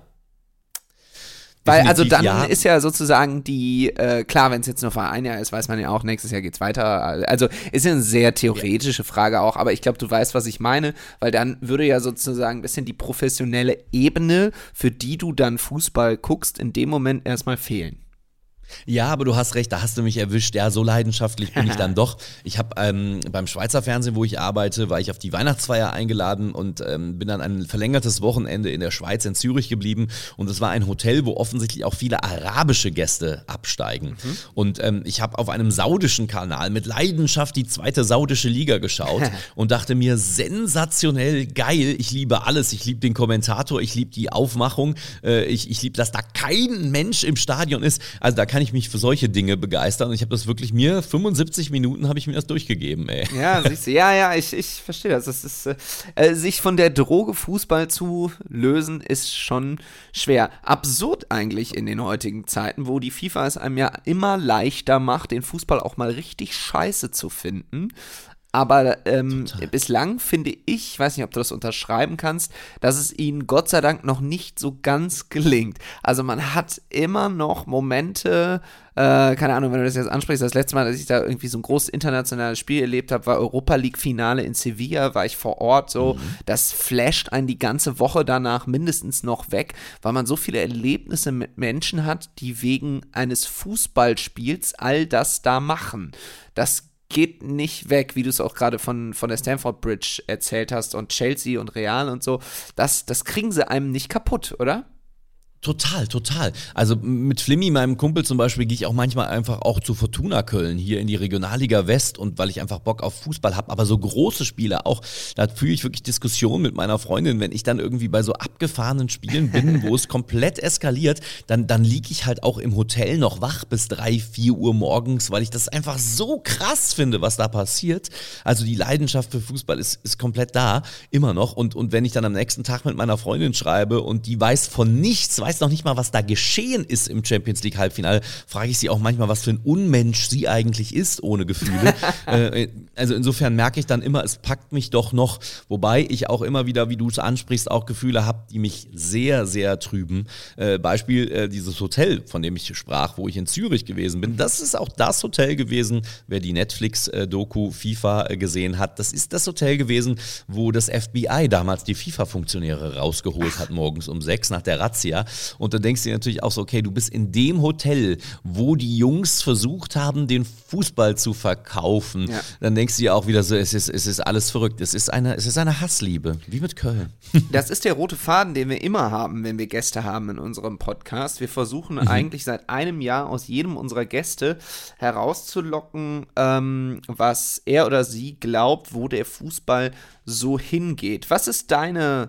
Weil, also dann ja. ist ja sozusagen die, äh, klar, wenn es jetzt nur für ein Jahr ist, weiß man ja auch, nächstes Jahr geht's weiter. Also ist ja eine sehr theoretische Frage auch, aber ich glaube, du weißt, was ich meine, weil dann würde ja sozusagen ein bisschen die professionelle Ebene, für die du dann Fußball guckst, in dem Moment erstmal fehlen. Ja, aber du hast recht, da hast du mich erwischt. Ja, so leidenschaftlich bin ich dann doch. Ich habe ähm, beim Schweizer Fernsehen, wo ich arbeite, war ich auf die Weihnachtsfeier eingeladen und ähm, bin dann ein verlängertes Wochenende in der Schweiz in Zürich geblieben. Und es war ein Hotel, wo offensichtlich auch viele arabische Gäste absteigen. Mhm. Und ähm, ich habe auf einem saudischen Kanal mit Leidenschaft die zweite saudische Liga geschaut und dachte mir, sensationell geil. Ich liebe alles. Ich liebe den Kommentator, ich liebe die Aufmachung. Äh, ich ich liebe, dass da kein Mensch im Stadion ist. Also da kann ich mich für solche Dinge begeistern und ich habe das wirklich mir, fünfundsiebzig Minuten habe ich mir das durchgegeben, ey. Ja, siehst du, ja, ja, ich, ich verstehe das. Das ist, äh, sich von der Droge Fußball zu lösen, ist schon schwer. Absurd eigentlich in den heutigen Zeiten, wo die FIFA es einem ja immer leichter macht, den Fußball auch mal richtig scheiße zu finden. Aber ähm, bislang finde ich, ich weiß nicht, ob du das unterschreiben kannst, dass es ihnen Gott sei Dank noch nicht so ganz gelingt. Also man hat immer noch Momente, äh, keine Ahnung, wenn du das jetzt ansprichst, das letzte Mal, dass ich da irgendwie so ein großes internationales Spiel erlebt habe, war Europa-League-Finale in Sevilla, war ich vor Ort so, mhm. das flasht einen die ganze Woche danach mindestens noch weg, weil man so viele Erlebnisse mit Menschen hat, die wegen eines Fußballspiels all das da machen. Das geht nicht weg, wie du es auch gerade von, von der Stamford Bridge erzählt hast und Chelsea und Real und so. Das, das kriegen sie einem nicht kaputt, oder? Total, total. Also mit Flimmy, meinem Kumpel zum Beispiel, gehe ich auch manchmal einfach auch zu Fortuna Köln hier in die Regionalliga West und weil ich einfach Bock auf Fußball habe, aber so große Spiele auch, da führe ich wirklich Diskussionen mit meiner Freundin, wenn ich dann irgendwie bei so abgefahrenen Spielen bin, wo es komplett eskaliert, dann, dann liege ich halt auch im Hotel noch wach bis drei, vier Uhr morgens, weil ich das einfach so krass finde, was da passiert. Also die Leidenschaft für Fußball ist, ist komplett da, immer noch und, und wenn ich dann am nächsten Tag mit meiner Freundin schreibe und die weiß von nichts, weiß noch nicht mal, was da geschehen ist im Champions League Halbfinale, frage ich sie auch manchmal, was für ein Unmensch sie eigentlich ist, ohne Gefühle. äh, also insofern merke ich dann immer, es packt mich doch noch, wobei ich auch immer wieder, wie du es ansprichst, auch Gefühle habe, die mich sehr, sehr trüben. Äh, Beispiel äh, dieses Hotel, von dem ich sprach, wo ich in Zürich gewesen bin. Das ist auch das Hotel gewesen, wer die Netflix-Doku FIFA äh, gesehen hat. Das ist das Hotel gewesen, wo das F B I damals die FIFA-Funktionäre rausgeholt hat, morgens um sechs nach der Razzia. Und dann denkst du dir natürlich auch so, okay, du bist in dem Hotel, wo die Jungs versucht haben, den Fußball zu verkaufen. Ja. Dann denkst du dir auch wieder so, es ist, es ist alles verrückt. Es ist eine, es ist eine Hassliebe, wie mit Köln. Das ist der rote Faden, den wir immer haben, wenn wir Gäste haben in unserem Podcast. Wir versuchen mhm. eigentlich seit einem Jahr aus jedem unserer Gäste herauszulocken, ähm, was er oder sie glaubt, wo der Fußball so hingeht. Was ist deine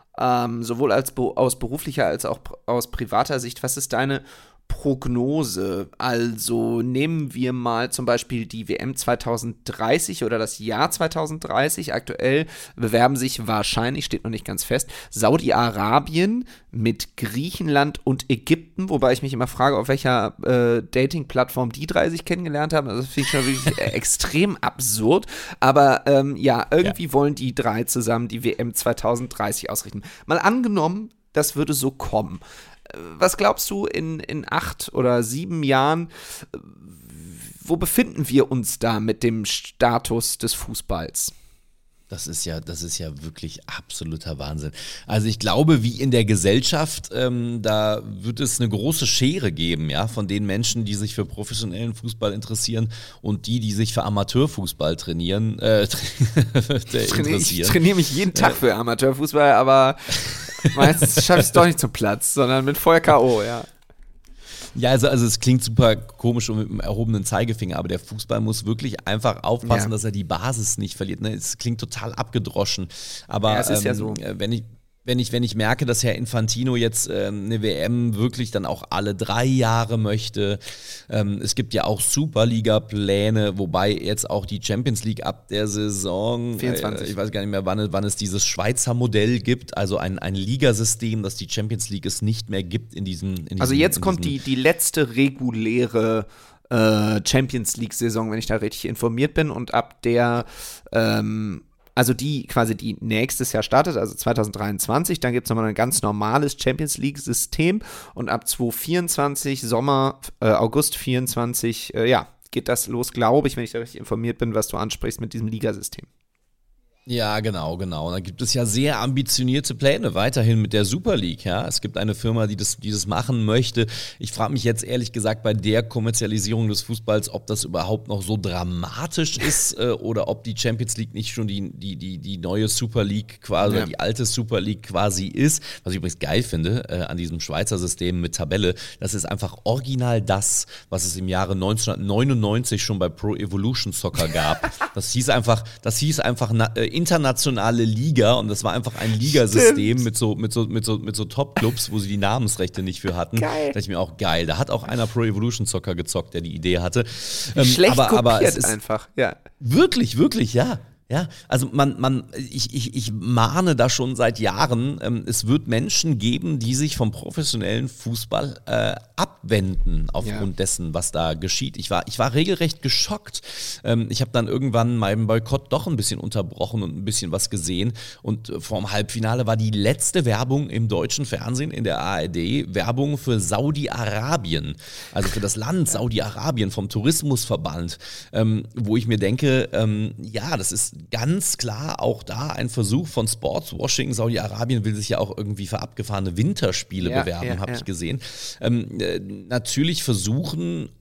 ähm, sowohl als be- aus beruflicher als auch pr- aus privater Sicht. Was ist deine Prognose? Also nehmen wir mal zum Beispiel die W M zwanzig dreißig oder das Jahr zwanzig dreißig. Aktuell bewerben sich wahrscheinlich, steht noch nicht ganz fest, Saudi-Arabien mit Griechenland und Ägypten, wobei ich mich immer frage, auf welcher äh, Dating-Plattform die drei sich kennengelernt haben. Also das finde ich schon wirklich äh, extrem absurd. Aber ähm, ja, irgendwie ja. wollen die drei zusammen die W M zwanzig dreißig ausrichten. Mal angenommen, das würde so kommen. Was glaubst du in, in acht oder sieben Jahren, wo befinden wir uns da mit dem Status des Fußballs? Das ist ja, das ist ja wirklich absoluter Wahnsinn. Also ich glaube, wie in der Gesellschaft, ähm, da wird es eine große Schere geben, ja, von den Menschen, die sich für professionellen Fußball interessieren und die, die sich für Amateurfußball trainieren, äh, interessieren. Ich trainiere mich jeden Tag für Amateurfußball, aber meistens schaffe ich es doch nicht zum Platz, sondern mit voll K O, ja. Ja, also, also es klingt super komisch und mit dem erhobenen Zeigefinger, aber der Fußball muss wirklich einfach aufpassen, ja. dass er die Basis nicht verliert. Ne? Es klingt total abgedroschen, aber ja, es ist ähm, ja so. wenn ich Wenn ich, wenn ich merke, dass Herr Infantino jetzt ähm, eine W M wirklich dann auch alle drei Jahre möchte, ähm, es gibt ja auch Superliga-Pläne, wobei jetzt auch die Champions League ab der Saison, vierundzwanzig. Äh, ich weiß gar nicht mehr, wann, wann es dieses Schweizer Modell gibt, also ein, ein Ligasystem, dass die Champions League es nicht mehr gibt in diesem in diesem, Also jetzt in kommt die, die letzte reguläre äh, Champions League-Saison, wenn ich da richtig informiert bin, und ab der ähm, also die quasi die nächstes Jahr startet, also zwanzig dreiundzwanzig, dann gibt es nochmal ein ganz normales Champions League-System und ab zwanzig vierundzwanzig, Sommer, äh, August vierundzwanzig, äh, ja, geht das los, glaube ich, wenn ich da richtig informiert bin, was du ansprichst mit diesem Ligasystem. Ja, genau, genau. Und da gibt es ja sehr ambitionierte Pläne weiterhin mit der Super League. Ja, es gibt eine Firma, die das, die das machen möchte. Ich frage mich jetzt ehrlich gesagt bei der Kommerzialisierung des Fußballs, ob das überhaupt noch so dramatisch ist äh, oder ob die Champions League nicht schon die, die, die, die neue Super League quasi, ja. die alte Super League quasi ist. Was ich übrigens geil finde äh, an diesem Schweizer System mit Tabelle, das ist einfach original das, was es im Jahre neunzehnhundertneunundneunzig schon bei Pro Evolution Soccer gab. Das hieß einfach, das hieß einfach na, äh, internationale Liga und das war einfach ein Ligasystem mit so, mit so, mit so, mit so Top-Clubs, wo sie die Namensrechte nicht für hatten. Geil. Da dachte ich mir auch, geil. Da hat auch einer Pro Evolution Soccer gezockt, der die Idee hatte. Ähm, Schlecht aber, kopiert aber es ist einfach, ja. Wirklich, wirklich, ja. Ja, also man, man, ich, ich, ich mahne da schon seit Jahren, ähm, es wird Menschen geben, die sich vom professionellen Fußball äh, abwenden aufgrund ja. dessen, was da geschieht. Ich war, ich war regelrecht geschockt. Ähm, ich habe dann irgendwann meinen Boykott doch ein bisschen unterbrochen und ein bisschen was gesehen und äh, vorm Halbfinale war die letzte Werbung im deutschen Fernsehen, in der A R D, Werbung für Saudi-Arabien, also für das Land Saudi-Arabien vom Tourismusverband, ähm, wo ich mir denke, ähm, ja, das ist ganz klar auch da ein Versuch von Sportswashing. Saudi-Arabien will sich ja auch irgendwie für abgefahrene Winterspiele ja, bewerben, ja, habe ja. ich gesehen. Ähm, äh, natürlich versuchen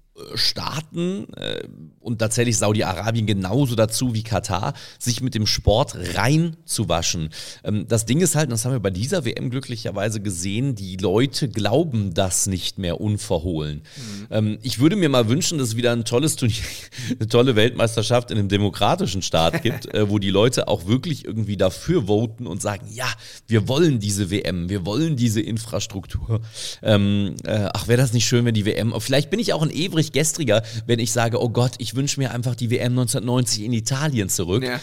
Staaten äh, und tatsächlich Saudi-Arabien genauso dazu wie Katar, sich mit dem Sport reinzuwaschen. Ähm, das Ding ist halt, das haben wir bei dieser W M glücklicherweise gesehen, die Leute glauben das nicht mehr unverhohlen. Mhm. Ähm, ich würde mir mal wünschen, dass es wieder ein tolles Turnier, eine tolle Weltmeisterschaft in einem demokratischen Staat gibt, äh, wo die Leute auch wirklich irgendwie dafür voten und sagen, ja, wir wollen diese W M, wir wollen diese Infrastruktur. Ähm, äh, ach, wäre das nicht schön, wenn die W M, vielleicht bin ich auch ein ewig gestriger, wenn ich sage, oh Gott, ich wünsche mir einfach die W M neunzehnhundertneunzig in Italien zurück. Ja.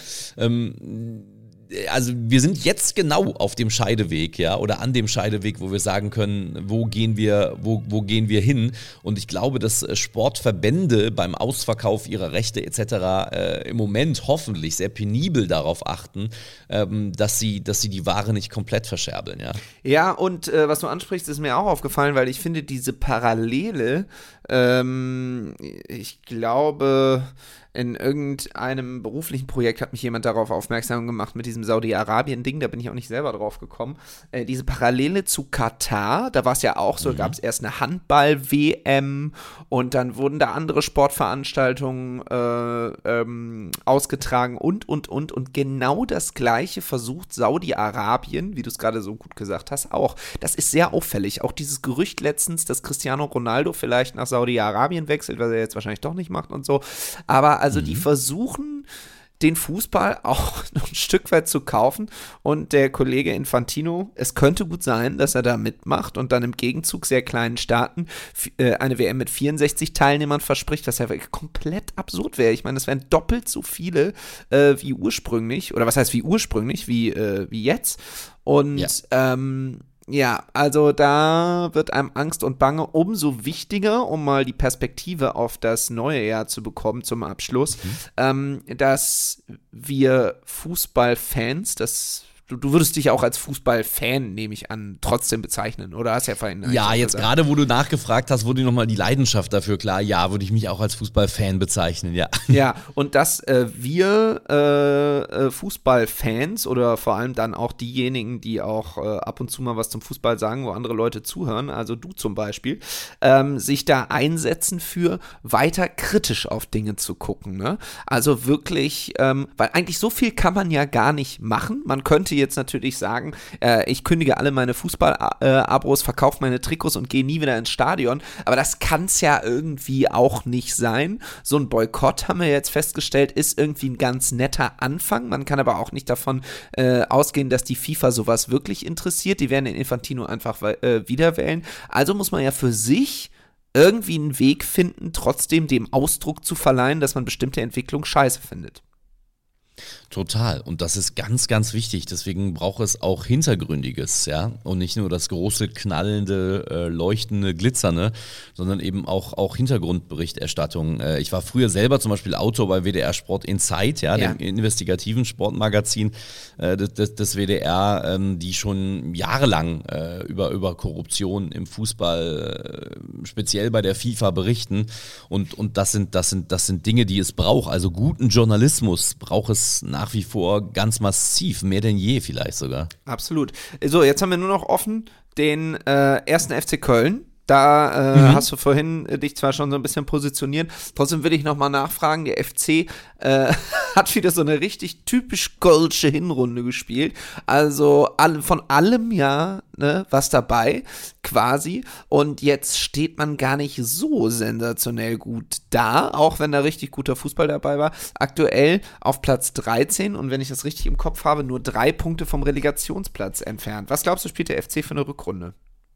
Ähm, also wir sind jetzt genau auf dem Scheideweg, ja, oder an dem Scheideweg, wo wir sagen können, wo gehen wir, wo, wo gehen wir hin? Und ich glaube, dass Sportverbände beim Ausverkauf ihrer Rechte et cetera äh, im Moment hoffentlich sehr penibel darauf achten, ähm, dass sie, dass sie die Ware nicht komplett verscherbeln, ja. Ja, und äh, was du ansprichst, ist mir auch aufgefallen, weil ich finde diese Parallele, ähm, ich glaube, in irgendeinem beruflichen Projekt hat mich jemand darauf aufmerksam gemacht mit diesem Saudi-Arabien-Ding, da bin ich auch nicht selber drauf gekommen. Äh, diese Parallele zu Katar, da war es ja auch so, mhm. gab es erst eine Handball-W M und dann wurden da andere Sportveranstaltungen äh, ähm, ausgetragen und, und, und. Und genau das Gleiche versucht Saudi-Arabien, wie du es gerade so gut gesagt hast, auch. Das ist sehr auffällig. Auch dieses Gerücht letztens, dass Cristiano Ronaldo vielleicht nach Saudi-Arabien wechselt, was er jetzt wahrscheinlich doch nicht macht und so. Aber also mhm. die versuchen den Fußball auch noch ein Stück weit zu kaufen. Und der Kollege Infantino, es könnte gut sein, dass er da mitmacht und dann im Gegenzug sehr kleinen Staaten f- äh, eine W M mit vierundsechzig Teilnehmern verspricht, was ja wirklich komplett absurd wäre. Ich meine, das wären doppelt so viele äh, wie ursprünglich, oder was heißt wie ursprünglich, wie, äh, wie jetzt. Und Ja. ähm, ja, also da wird einem Angst und Bange. Umso wichtiger, um mal die Perspektive auf das neue Jahr zu bekommen zum Abschluss, mhm. ähm, dass wir Fußballfans, das Du, du würdest dich auch als Fußballfan, nehme ich an, trotzdem bezeichnen, oder? Hast ja vorhin Ja, eigentlich jetzt gesagt. gerade, wo du nachgefragt hast, wurde nochmal die Leidenschaft dafür klar. Ja, würde ich mich auch als Fußballfan bezeichnen, ja. Ja, und dass äh, wir äh, äh, Fußballfans oder vor allem dann auch diejenigen, die auch äh, ab und zu mal was zum Fußball sagen, wo andere Leute zuhören, also du zum Beispiel, ähm, sich da einsetzen für weiter kritisch auf Dinge zu gucken, ne? Also wirklich, ähm, weil eigentlich so viel kann man ja gar nicht machen. Man könnte jetzt natürlich sagen, äh, ich kündige alle meine Fußball-Abos, verkaufe meine Trikots und gehe nie wieder ins Stadion, aber das kann es ja irgendwie auch nicht sein. So ein Boykott, haben wir jetzt festgestellt, ist irgendwie ein ganz netter Anfang. Man kann aber auch nicht davon äh, ausgehen, dass die FIFA sowas wirklich interessiert. Die werden den Infantino einfach äh, wieder wählen. Also muss man ja für sich irgendwie einen Weg finden, trotzdem dem Ausdruck zu verleihen, dass man bestimmte Entwicklung scheiße findet. Total. Und das ist ganz, ganz wichtig. Deswegen braucht es auch Hintergründiges, ja. Und nicht nur das große, knallende, äh, leuchtende, glitzernde, sondern eben auch, auch Hintergrundberichterstattung. Äh, ich war früher selber zum Beispiel Autor bei W D R Sport Insight, ja, Ja. dem investigativen Sportmagazin äh, des, des W D R, ähm, die schon jahrelang äh, über, über Korruption im Fußball, äh, speziell bei der FIFA berichten. Und, und das sind, das sind, das sind Dinge, die es braucht. Also guten Journalismus braucht es nach wie vor ganz massiv, mehr denn je vielleicht sogar. Absolut. So, jetzt haben wir nur noch offen den äh, ersten F C Köln. Da äh, Mhm. hast du vorhin äh, dich zwar schon so ein bisschen positioniert, trotzdem will ich nochmal nachfragen, der F C äh, hat wieder so eine richtig typisch kölsche Hinrunde gespielt, also all, von allem ja ne, was dabei quasi, und jetzt steht man gar nicht so sensationell gut da, auch wenn da richtig guter Fußball dabei war, aktuell auf Platz dreizehn und wenn ich das richtig im Kopf habe, nur drei Punkte vom Relegationsplatz entfernt. Was glaubst du, spielt der F C für eine Rückrunde?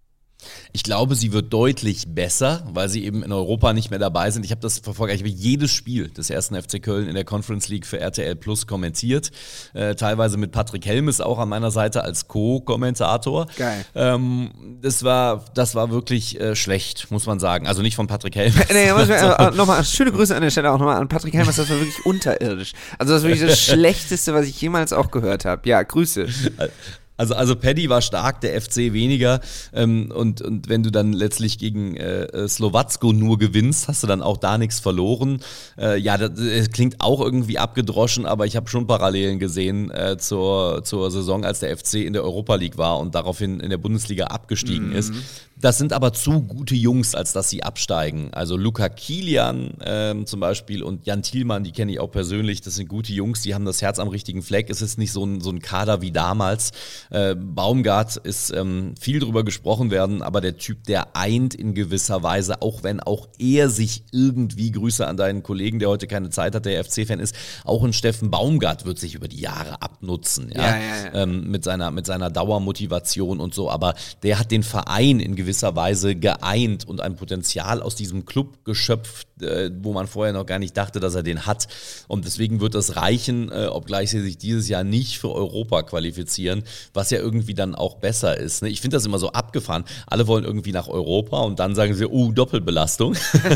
Ich glaube, sie wird deutlich besser, weil sie eben in Europa nicht mehr dabei sind. Ich habe das verfolgt, ich habe jedes Spiel des ersten F C Köln in der Conference League für R T L Plus kommentiert. Äh, teilweise mit Patrick Helmes auch an meiner Seite als Co-Kommentator. Geil. Ähm, das war, das war wirklich äh, schlecht, muss man sagen. Also nicht von Patrick Helmes. Nee, muss man, äh, nochmal, schöne Grüße an der Stelle auch nochmal an Patrick Helmers, das war wirklich unterirdisch. Also das ist wirklich das Schlechteste, was ich jemals auch gehört habe. Ja, Grüße. Also, also Paddy war stark, der F C weniger. Ähm, und, und wenn du dann letztlich gegen äh, Slowacko nur gewinnst, hast du dann auch da nichts verloren. Äh, ja, das, das klingt auch irgendwie abgedroschen, aber ich habe schon Parallelen gesehen äh, zur, zur Saison, als der F C in der Europa League war und daraufhin in der Bundesliga abgestiegen mhm. ist. Das sind aber zu gute Jungs, als dass sie absteigen. Also Luca Kilian ähm, zum Beispiel und Jan Thielmann, die kenne ich auch persönlich. Das sind gute Jungs, die haben das Herz am richtigen Fleck. Es ist nicht so ein, so ein Kader wie damals. Äh, Baumgart ist ähm, viel drüber gesprochen werden, aber der Typ, der eint in gewisser Weise, auch wenn auch er sich irgendwie, Grüße an deinen Kollegen, der heute keine Zeit hat, der F C-Fan ist, auch ein Steffen Baumgart wird sich über die Jahre abnutzen, ja, ja, ja, ja. Ähm, mit seiner, mit seiner Dauermotivation und so, aber der hat den Verein in gewisser Weise geeint und ein Potenzial aus diesem Club geschöpft, äh, wo man vorher noch gar nicht dachte, dass er den hat, und deswegen wird das reichen, äh, obgleich sie sich dieses Jahr nicht für Europa qualifizieren, was ja irgendwie dann auch besser ist. Ne? Ich finde das immer so abgefahren. Alle wollen irgendwie nach Europa und dann sagen sie, oh, Doppelbelastung.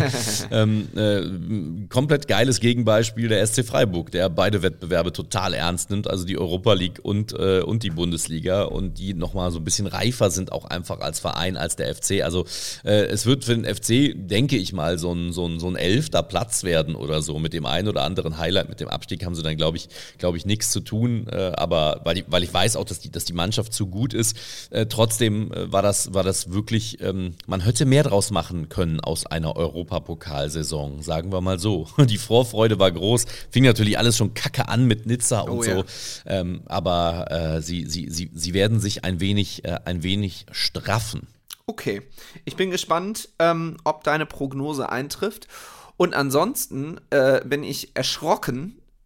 ähm, äh, komplett geiles Gegenbeispiel der S C Freiburg, der beide Wettbewerbe total ernst nimmt, also die Europa League und, äh, und die Bundesliga, und die nochmal so ein bisschen reifer sind auch einfach als Verein, als der F C. Also äh, es wird für den F C, denke ich mal, so ein, so ein, so ein elfter Platz werden oder so. Mit dem einen oder anderen Highlight, mit dem Abstieg haben sie dann, glaube ich, glaube ich, nichts zu tun. Äh, aber weil ich, weil ich weiß auch, dass die, dass die Mannschaft zu gut ist, äh, trotzdem äh, war das, war das wirklich, ähm, man hätte mehr draus machen können aus einer Europapokalsaison, sagen wir mal so. Die Vorfreude war groß, fing natürlich alles schon kacke an mit Nizza und Oh, so, ja. ähm, aber äh, sie, sie, sie, sie werden sich ein wenig, äh, ein wenig straffen. Okay, ich bin gespannt, ähm, ob deine Prognose eintrifft. Und ansonsten äh, bin ich erschrocken,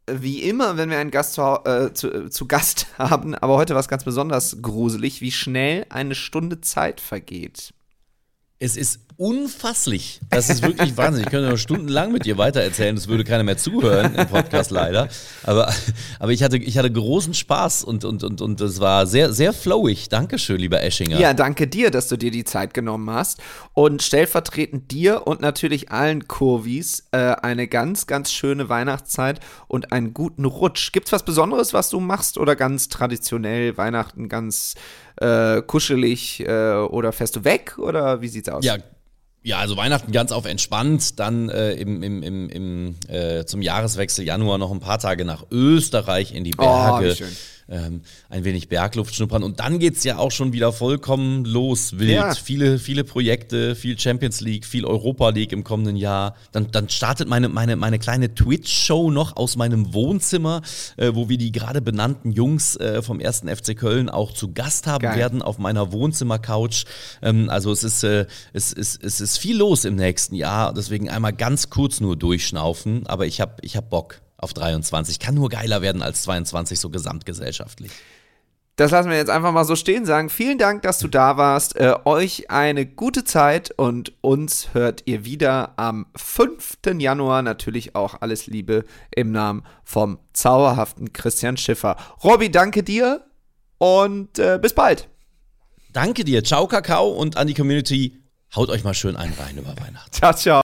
wie immer, wenn wir einen Gast zu, äh, zu, zu Gast haben, aber heute war es ganz besonders gruselig, wie schnell eine Stunde Zeit vergeht. Es ist unfasslich. Das ist wirklich Wahnsinn. Ich könnte noch stundenlang mit dir weitererzählen, es würde keiner mehr zuhören im Podcast leider. Aber, aber ich, hatte, ich hatte großen Spaß und, und, und, und es war sehr, sehr flowig. Dankeschön, lieber Eschinger. Ja, danke dir, dass du dir die Zeit genommen hast. Und stellvertretend dir und natürlich allen Kurvis äh, eine ganz, ganz schöne Weihnachtszeit und einen guten Rutsch. Gibt's was Besonderes, was du machst oder ganz traditionell Weihnachten ganz äh, kuschelig äh, oder fährst du weg oder wie sieht's aus? Ja, ja, also Weihnachten ganz auf entspannt, dann äh, im, im, im, im, äh, zum Jahreswechsel Januar noch ein paar Tage nach Österreich in die Berge. Oh, schön. Ähm, ein wenig Bergluft schnuppern und dann geht's ja auch schon wieder vollkommen los, wild. Ja. Viele, viele Projekte, viel Champions League, viel Europa League im kommenden Jahr. Dann, dann startet meine, meine, meine kleine Twitch-Show noch aus meinem Wohnzimmer, äh, wo wir die gerade benannten Jungs äh, vom ersten F C Köln auch zu Gast haben Geil. werden auf meiner Wohnzimmer-Couch. Ähm, also es ist, äh, es, ist, es ist viel los im nächsten Jahr, deswegen einmal ganz kurz nur durchschnaufen, aber ich hab, ich hab Bock auf dreiundzwanzig. Kann nur geiler werden als zweiundzwanzig, so gesamtgesellschaftlich. Das lassen wir jetzt einfach mal so stehen, sagen vielen Dank, dass du da warst, äh, euch eine gute Zeit und uns hört ihr wieder am fünften Januar, natürlich auch alles Liebe im Namen vom zauberhaften Christian Schiffer. Robby, danke dir und äh, bis bald. Danke dir, ciao Kakao und an die Community, haut euch mal schön einen rein über Weihnachten. Ciao, ciao.